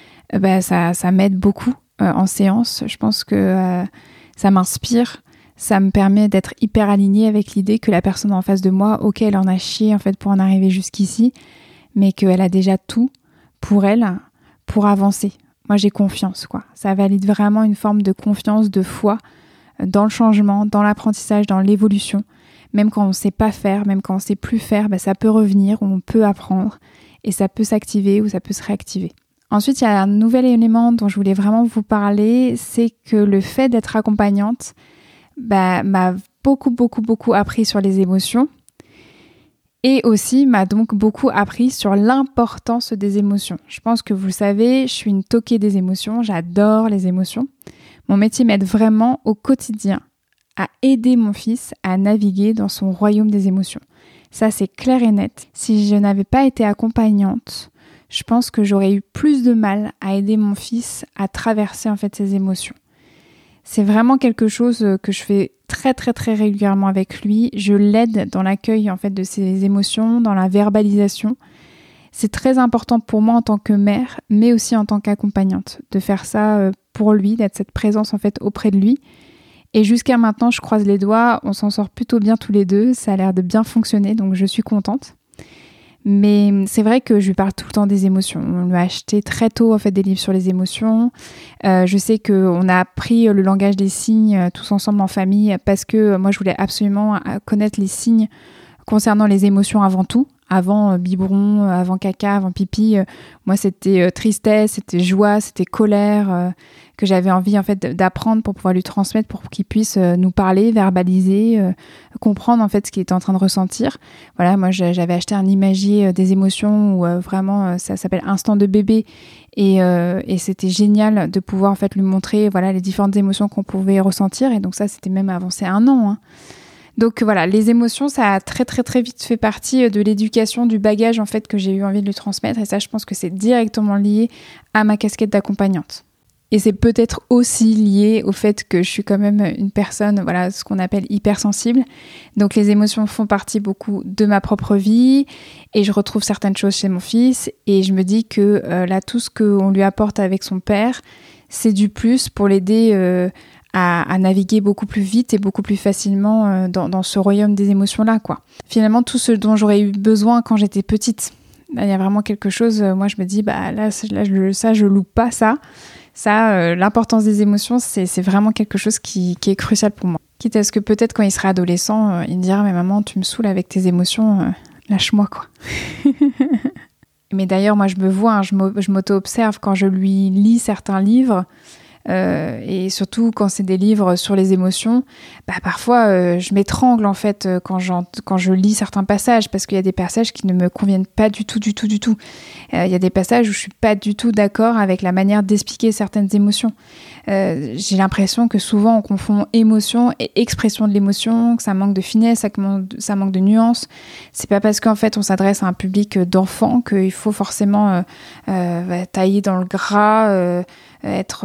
ça m'aide beaucoup en séance. Je pense que ça m'inspire, ça me permet d'être hyper alignée avec l'idée que la personne en face de moi, ok, elle en a chié en fait pour en arriver jusqu'ici, mais qu'elle a déjà tout pour elle, pour avancer. Moi, j'ai confiance, quoi. Ça valide vraiment une forme de confiance, de foi dans le changement, dans l'apprentissage, dans l'évolution. Même quand on ne sait pas faire, même quand on ne sait plus faire, ça peut revenir, on peut apprendre et ça peut s'activer ou ça peut se réactiver. Ensuite, il y a un nouvel élément dont je voulais vraiment vous parler, c'est que le fait d'être accompagnante m'a beaucoup appris sur les émotions et aussi m'a donc beaucoup appris sur l'importance des émotions. Je pense que vous le savez, je suis une toquée des émotions, j'adore les émotions. Mon métier m'aide vraiment au quotidien à aider mon fils à naviguer dans son royaume des émotions. Ça, c'est clair et net. Si je n'avais pas été accompagnante, je pense que j'aurais eu plus de mal à aider mon fils à traverser en fait ses émotions. C'est vraiment quelque chose que je fais très régulièrement avec lui. Je l'aide dans l'accueil en fait de ses émotions, dans la verbalisation. C'est très important pour moi en tant que mère, mais aussi en tant qu'accompagnante, de faire ça pour lui, d'être cette présence en fait auprès de lui. Et jusqu'à maintenant, je croise les doigts, on s'en sort plutôt bien tous les deux, ça a l'air de bien fonctionner, donc je suis contente. Mais c'est vrai que je lui parle tout le temps des émotions. On lui a acheté très tôt en fait des livres sur les émotions. Je sais qu'on a appris le langage des signes tous ensemble en famille parce que moi je voulais absolument connaître les signes concernant les émotions avant tout. Avant biberon, avant caca, avant pipi, moi c'était tristesse, c'était joie, c'était colère que j'avais envie en fait d'apprendre pour pouvoir lui transmettre, pour qu'il puisse nous parler, verbaliser, comprendre en fait ce qu'il était en train de ressentir. Voilà, moi j'avais acheté un imagier des émotions où vraiment ça s'appelle Instant de bébé et c'était génial de pouvoir en fait lui montrer les différentes émotions qu'on pouvait ressentir et donc ça c'était même avancé 1 an. Hein. Donc voilà, les émotions, ça a très vite fait partie de l'éducation, du bagage en fait que j'ai eu envie de lui transmettre et ça je pense que c'est directement lié à ma casquette d'accompagnante. Et c'est peut-être aussi lié au fait que je suis quand même une personne, ce qu'on appelle hypersensible. Donc les émotions font partie beaucoup de ma propre vie et je retrouve certaines choses chez mon fils et je me dis que là tout ce qu'on lui apporte avec son père, c'est du plus pour l'aider à naviguer beaucoup plus vite et beaucoup plus facilement dans ce royaume des émotions-là, quoi. Finalement, tout ce dont j'aurais eu besoin quand j'étais petite. Là, il y a vraiment quelque chose, moi je me dis, je loupe pas ça. Ça, l'importance des émotions, c'est vraiment quelque chose qui est crucial pour moi. Quitte à ce que peut-être quand il sera adolescent, il me dira, mais maman, tu me saoules avec tes émotions, lâche-moi, quoi. Mais d'ailleurs, moi je me vois, je m'auto-observe quand je lui lis certains livres, et surtout quand c'est des livres sur les émotions, parfois je m'étrangle en fait quand je lis certains passages parce qu'il y a des passages qui ne me conviennent pas du tout. Il y a des passages où je suis pas du tout d'accord avec la manière d'expliquer certaines émotions. J'ai l'impression que souvent on confond émotion et expression de l'émotion, que ça manque de finesse, ça manque de nuance. C'est pas parce qu'en fait on s'adresse à un public d'enfants qu'il faut forcément tailler dans le gras, être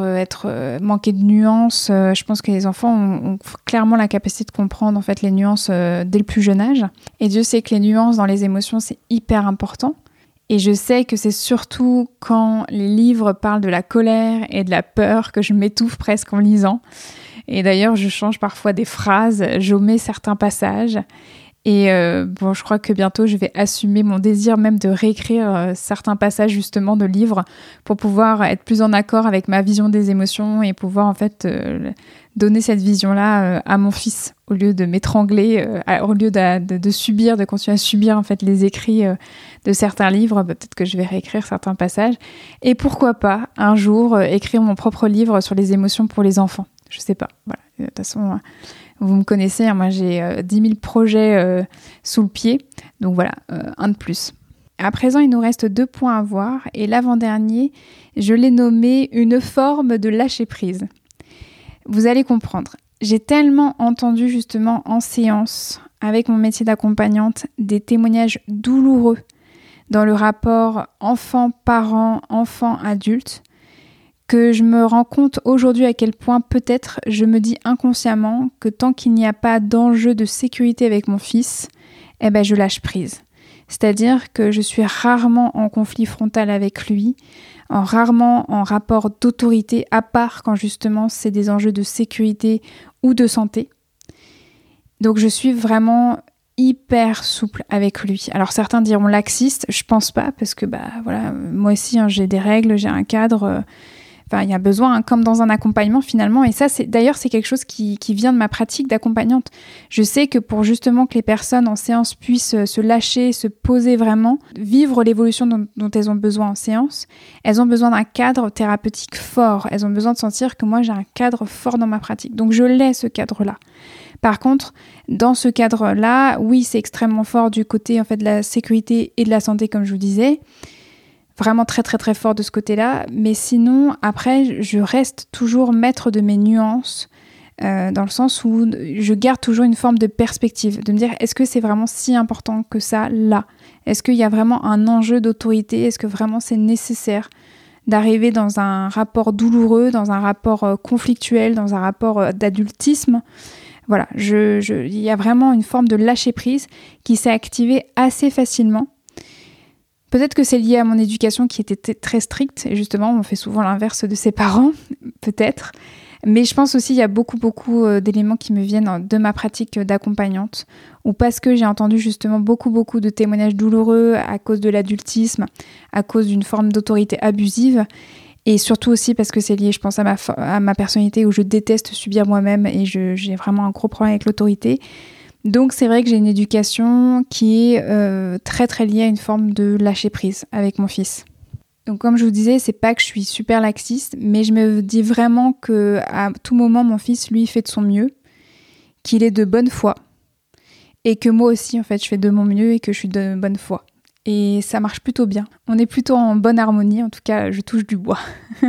peut-être manquer de nuances. Je pense que les enfants ont clairement la capacité de comprendre en fait les nuances dès le plus jeune âge. Et Dieu sait que les nuances dans les émotions, c'est hyper important. Et je sais que c'est surtout quand les livres parlent de la colère et de la peur que je m'étouffe presque en lisant. Et d'ailleurs, je change parfois des phrases, j'omets certains passages. Et je crois que bientôt, je vais assumer mon désir même de réécrire certains passages justement de livres pour pouvoir être plus en accord avec ma vision des émotions et pouvoir en fait donner cette vision-là à mon fils au lieu de m'étrangler, au lieu de subir, de continuer à subir en fait les écrits de certains livres. Peut-être que je vais réécrire certains passages. Et pourquoi pas un jour écrire mon propre livre sur les émotions pour les enfants. Je sais pas. Voilà. De toute façon, vous me connaissez, hein, moi j'ai 10 000 projets sous le pied. Donc voilà, un de plus. À présent, il nous reste 2 points à voir. Et l'avant-dernier, je l'ai nommé une forme de lâcher-prise. Vous allez comprendre. J'ai tellement entendu justement en séance, avec mon métier d'accompagnante, des témoignages douloureux dans le rapport enfant-parent, enfant-adulte, que je me rends compte aujourd'hui à quel point peut-être je me dis inconsciemment que tant qu'il n'y a pas d'enjeu de sécurité avec mon fils, je lâche prise. C'est-à-dire que je suis rarement en conflit frontal avec lui, rarement en rapport d'autorité, à part quand justement c'est des enjeux de sécurité ou de santé. Donc je suis vraiment hyper souple avec lui. Alors certains diront laxiste, je pense pas, parce que moi aussi j'ai des règles, j'ai un cadre. Il y a besoin, comme dans un accompagnement finalement. Et ça, c'est quelque chose qui vient de ma pratique d'accompagnante. Je sais que pour justement que les personnes en séance puissent se lâcher, se poser vraiment, vivre l'évolution dont elles ont besoin en séance, elles ont besoin d'un cadre thérapeutique fort. Elles ont besoin de sentir que moi, j'ai un cadre fort dans ma pratique. Donc, je l'ai, ce cadre-là. Par contre, dans ce cadre-là, oui, c'est extrêmement fort du côté en fait, de la sécurité et de la santé, comme je vous disais. Vraiment très très très fort de ce côté-là, mais sinon après je reste toujours maître de mes nuances dans le sens où je garde toujours une forme de perspective, de me dire est-ce que c'est vraiment si important que ça là ? Est-ce qu'il y a vraiment un enjeu d'autorité ? Est-ce que vraiment c'est nécessaire d'arriver dans un rapport douloureux, dans un rapport conflictuel, dans un rapport d'adultisme ? Voilà, il y a vraiment une forme de lâcher-prise qui s'est activée assez facilement. Peut-être que c'est lié à mon éducation qui était très stricte, et justement, on fait souvent l'inverse de ses parents, peut-être. Mais je pense aussi qu'il y a beaucoup d'éléments qui me viennent de ma pratique d'accompagnante, ou parce que j'ai entendu justement beaucoup de témoignages douloureux à cause de l'adultisme, à cause d'une forme d'autorité abusive, et surtout aussi parce que c'est lié, je pense, à ma personnalité où je déteste subir moi-même et j'ai vraiment un gros problème avec l'autorité. Donc c'est vrai que j'ai une éducation qui est très très liée à une forme de lâcher prise avec mon fils. Donc comme je vous disais, c'est pas que je suis super laxiste, mais je me dis vraiment que à tout moment mon fils lui fait de son mieux, qu'il est de bonne foi et que moi aussi en fait je fais de mon mieux et que je suis de bonne foi. Et ça marche plutôt bien. On est plutôt en bonne harmonie, en tout cas je touche du bois.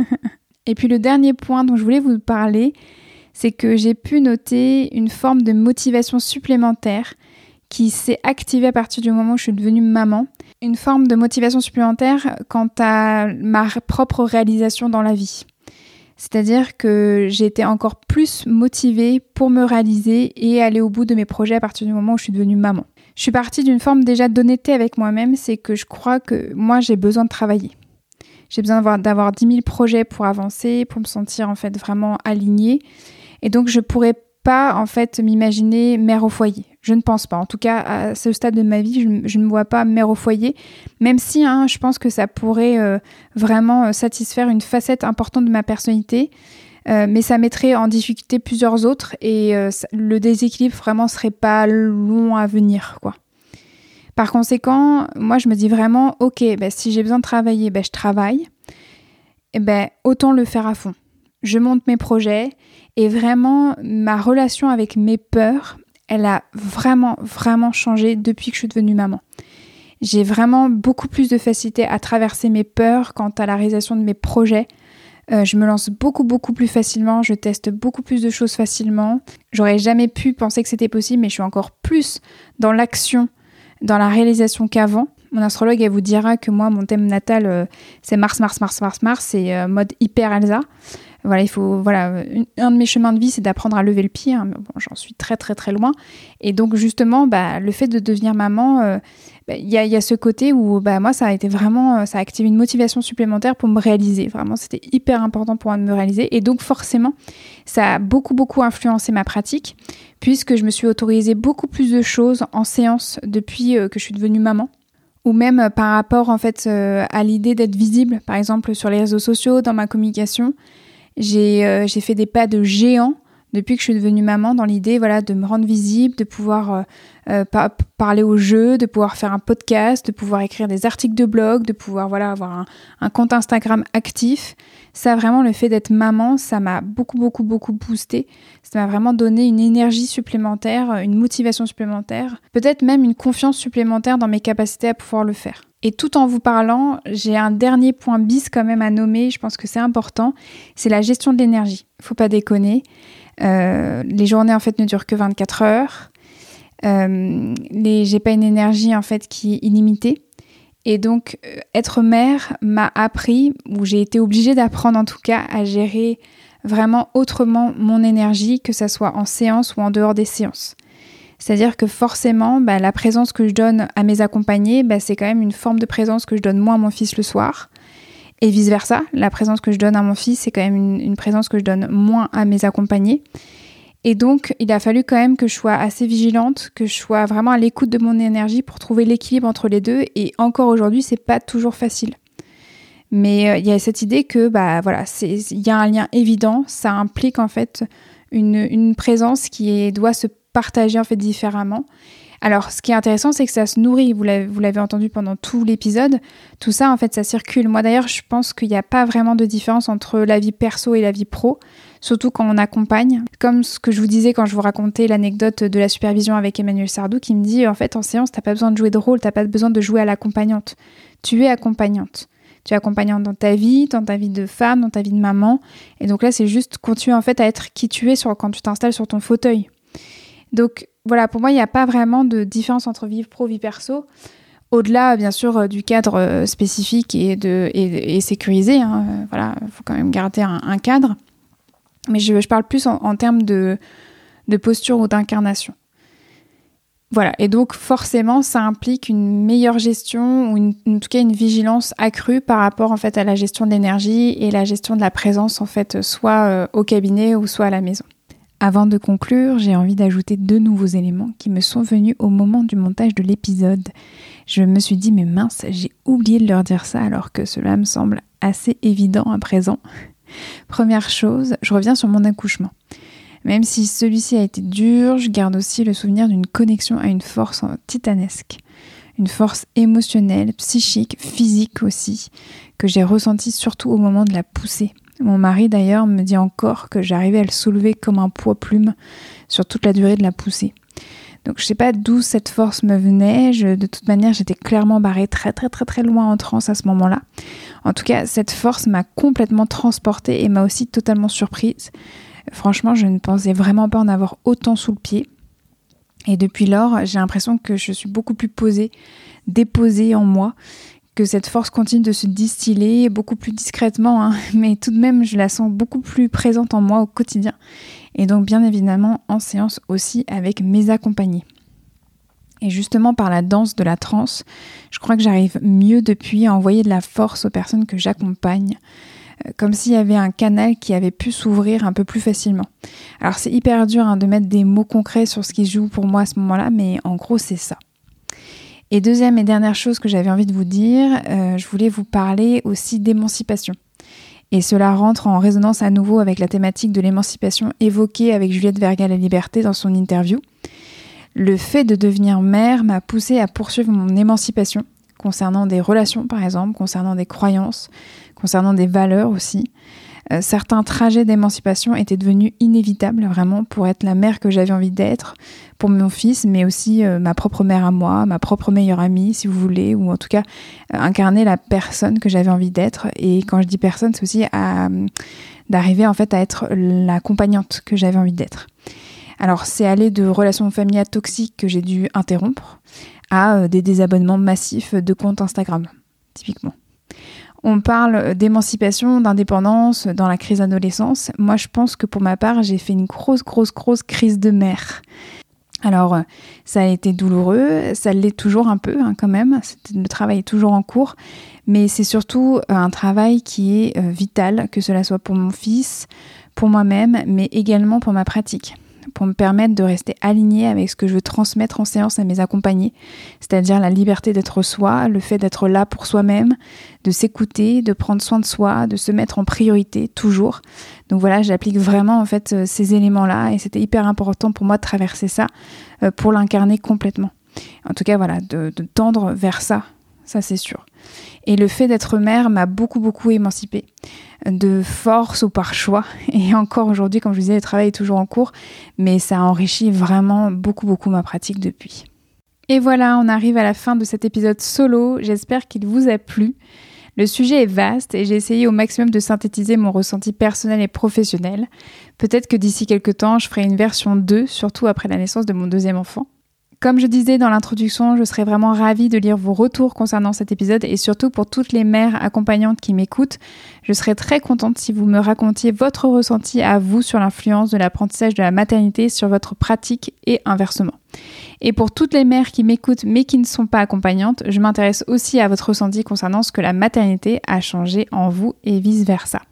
Et puis le dernier point dont je voulais vous parler, c'est que j'ai pu noter une forme de motivation supplémentaire qui s'est activée à partir du moment où je suis devenue maman. Une forme de motivation supplémentaire quant à ma propre réalisation dans la vie. C'est-à-dire que j'ai été encore plus motivée pour me réaliser et aller au bout de mes projets à partir du moment où je suis devenue maman. Je suis partie d'une forme déjà d'honnêteté avec moi-même, c'est que je crois que moi j'ai besoin de travailler. J'ai besoin d'avoir 10 000 projets pour avancer, pour me sentir en fait vraiment alignée. Et donc, je pourrais pas en fait m'imaginer mère au foyer. Je ne pense pas. En tout cas, à ce stade de ma vie, je ne me vois pas mère au foyer. Même si, je pense que ça pourrait vraiment satisfaire une facette importante de ma personnalité. Mais ça mettrait en difficulté plusieurs autres. Et le déséquilibre vraiment serait pas long à venir, quoi. Par conséquent, moi, je me dis vraiment, ok, si j'ai besoin de travailler, je travaille. Et autant le faire à fond. Je monte mes projets et vraiment, ma relation avec mes peurs, elle a vraiment changé depuis que je suis devenue maman. J'ai vraiment beaucoup plus de facilité à traverser mes peurs quant à la réalisation de mes projets. Je me lance beaucoup plus facilement, je teste beaucoup plus de choses facilement. J'aurais jamais pu penser que c'était possible, mais je suis encore plus dans l'action, dans la réalisation qu'avant. Mon astrologue, elle vous dira que moi, mon thème natal, c'est Mars, c'est mode hyper Elsa. Voilà, un de mes chemins de vie, c'est d'apprendre à lever le pied. Hein. Bon, j'en suis très très très loin. Et donc justement, le fait de devenir maman, il y a ce côté où moi, ça a activé une motivation supplémentaire pour me réaliser. Vraiment, c'était hyper important pour moi de me réaliser. Et donc forcément, ça a beaucoup beaucoup influencé ma pratique, puisque je me suis autorisée beaucoup plus de choses en séance depuis que je suis devenue maman. Ou même par rapport en fait à l'idée d'être visible, par exemple sur les réseaux sociaux, dans ma communication. J'ai fait des pas de géant depuis que je suis devenue maman dans l'idée de me rendre visible, de pouvoir parler aux jeux, de pouvoir faire un podcast, de pouvoir écrire des articles de blog, de pouvoir avoir un compte Instagram actif. Ça vraiment, le fait d'être maman, ça m'a beaucoup beaucoup beaucoup boosté. Ça m'a vraiment donné une énergie supplémentaire, une motivation supplémentaire, peut-être même une confiance supplémentaire dans mes capacités à pouvoir le faire. Et tout en vous parlant, j'ai un dernier point bis quand même à nommer, je pense que c'est important, c'est la gestion de l'énergie. Faut pas déconner. Les journées en fait ne durent que 24 heures. J'ai pas une énergie en fait qui est illimitée. Et donc être mère m'a appris, ou j'ai été obligée d'apprendre en tout cas, à gérer vraiment autrement mon énergie, que ça soit en séance ou en dehors des séances. C'est-à-dire que forcément, la présence que je donne à mes accompagnés, c'est quand même une forme de présence que je donne moi à mon fils le soir. Et vice-versa, la présence que je donne à mon fils, c'est quand même une présence que je donne moins à mes accompagnés. Et donc, il a fallu quand même que je sois assez vigilante, que je sois vraiment à l'écoute de mon énergie pour trouver l'équilibre entre les deux. Et encore aujourd'hui, c'est pas toujours facile. Mais il y a cette idée que, il y a un lien évident. Ça implique en fait une présence qui doit se partager en fait différemment. Alors, ce qui est intéressant, c'est que ça se nourrit. Vous l'avez entendu pendant tout l'épisode. Tout ça, en fait, ça circule. Moi, d'ailleurs, je pense qu'il n'y a pas vraiment de différence entre la vie perso et la vie pro, surtout quand on accompagne. Comme ce que je vous disais quand je vous racontais l'anecdote de la supervision avec Emmanuel Sardou, qui me dit, en fait, en séance, t'as pas besoin de jouer de rôle, t'as pas besoin de jouer à l'accompagnante. Tu es accompagnante. Tu es accompagnante dans ta vie de femme, dans ta vie de maman. Et donc là, c'est juste continuer, en fait, à être qui tu es quand tu t'installes sur ton fauteuil. Donc, voilà, pour moi, il n'y a pas vraiment de différence entre vie pro, vie perso. Au-delà, bien sûr, du cadre spécifique et sécurisé. Voilà, il faut quand même garder un cadre. Mais je parle plus en termes de posture ou d'incarnation. Voilà, et donc forcément, ça implique une meilleure gestion ou en tout cas une vigilance accrue par rapport en fait à la gestion de l'énergie et la gestion de la présence en fait, soit au cabinet ou soit à la maison. Avant de conclure, j'ai envie d'ajouter 2 nouveaux éléments qui me sont venus au moment du montage de l'épisode. Je me suis dit, mais mince, j'ai oublié de leur dire ça alors que cela me semble assez évident à présent. Première chose, je reviens sur mon accouchement. Même si celui-ci a été dur, je garde aussi le souvenir d'une connexion à une force titanesque. Une force émotionnelle, psychique, physique aussi, que j'ai ressentie surtout au moment de la poussée. Mon mari d'ailleurs me dit encore que j'arrivais à le soulever comme un poids plume sur toute la durée de la poussée. Donc je sais pas d'où cette force me venait, de toute manière j'étais clairement barrée très très très très loin en transe à ce moment-là. En tout cas cette force m'a complètement transportée et m'a aussi totalement surprise. Franchement je ne pensais vraiment pas en avoir autant sous le pied. Et depuis lors j'ai l'impression que je suis beaucoup plus posée, déposée en moi, que cette force continue de se distiller beaucoup plus discrètement, mais tout de même je la sens beaucoup plus présente en moi au quotidien et donc bien évidemment en séance aussi avec mes accompagnés. Et justement par la danse de la transe, je crois que j'arrive mieux depuis à envoyer de la force aux personnes que j'accompagne, comme s'il y avait un canal qui avait pu s'ouvrir un peu plus facilement. Alors c'est hyper dur de mettre des mots concrets sur ce qui se joue pour moi à ce moment-là, mais en gros c'est ça. Et deuxième et dernière chose que j'avais envie de vous dire, je voulais vous parler aussi d'émancipation. Et cela rentre en résonance à nouveau avec la thématique de l'émancipation évoquée avec Juliette Verga-Laliberté dans son interview. Le fait de devenir mère m'a poussée à poursuivre mon émancipation concernant des relations par exemple, concernant des croyances, concernant des valeurs aussi. Certains trajets d'émancipation étaient devenus inévitables vraiment pour être la mère que j'avais envie d'être pour mon fils, mais aussi ma propre mère à moi, ma propre meilleure amie si vous voulez, ou en tout cas incarner la personne que j'avais envie d'être. Et quand je dis personne, c'est aussi d'arriver en fait à être l'accompagnante que j'avais envie d'être. Alors c'est aller de relations familiales toxiques que j'ai dû interrompre à des désabonnements massifs de comptes Instagram, typiquement. On parle d'émancipation, d'indépendance dans la crise d'adolescence. Moi, je pense que pour ma part, j'ai fait une grosse crise de mère. Alors, ça a été douloureux, ça l'est toujours un peu quand même, le travail est toujours en cours, mais c'est surtout un travail qui est vital, que cela soit pour mon fils, pour moi-même, mais également pour ma pratique, pour me permettre de rester alignée avec ce que je veux transmettre en séance à mes accompagnés, c'est-à-dire la liberté d'être soi, le fait d'être là pour soi-même, de s'écouter, de prendre soin de soi, de se mettre en priorité toujours. Donc voilà, j'applique vraiment en fait ces éléments-là et c'était hyper important pour moi de traverser ça pour l'incarner complètement. En tout cas voilà, de tendre vers ça c'est sûr. Et le fait d'être mère m'a beaucoup émancipée, de force ou par choix. Et encore aujourd'hui, comme je vous disais, le travail est toujours en cours, mais ça a enrichi vraiment beaucoup ma pratique depuis. Et voilà, on arrive à la fin de cet épisode solo. J'espère qu'il vous a plu. Le sujet est vaste et j'ai essayé au maximum de synthétiser mon ressenti personnel et professionnel. Peut-être que d'ici quelques temps, je ferai une version 2, surtout après la naissance de mon deuxième enfant. Comme je disais dans l'introduction, je serais vraiment ravie de lire vos retours concernant cet épisode et surtout pour toutes les mères accompagnantes qui m'écoutent, je serais très contente si vous me racontiez votre ressenti à vous sur l'influence de l'apprentissage de la maternité sur votre pratique et inversement. Et pour toutes les mères qui m'écoutent mais qui ne sont pas accompagnantes, je m'intéresse aussi à votre ressenti concernant ce que la maternité a changé en vous et vice-versa.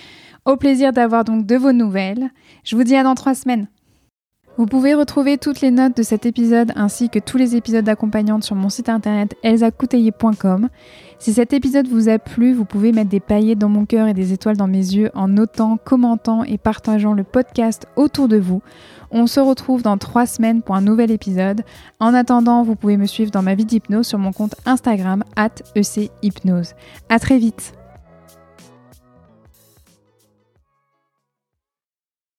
Au plaisir d'avoir donc de vos nouvelles. Je vous dis à dans 3 semaines. Vous pouvez retrouver toutes les notes de cet épisode ainsi que tous les épisodes d'accompagnante sur mon site internet elsacouteiller.com. Si cet épisode vous a plu, vous pouvez mettre des paillettes dans mon cœur et des étoiles dans mes yeux en notant, commentant et partageant le podcast autour de vous. On se retrouve dans 3 semaines pour un nouvel épisode. En attendant, vous pouvez me suivre dans ma vie d'hypnose sur mon compte Instagram @echypnose. À très vite.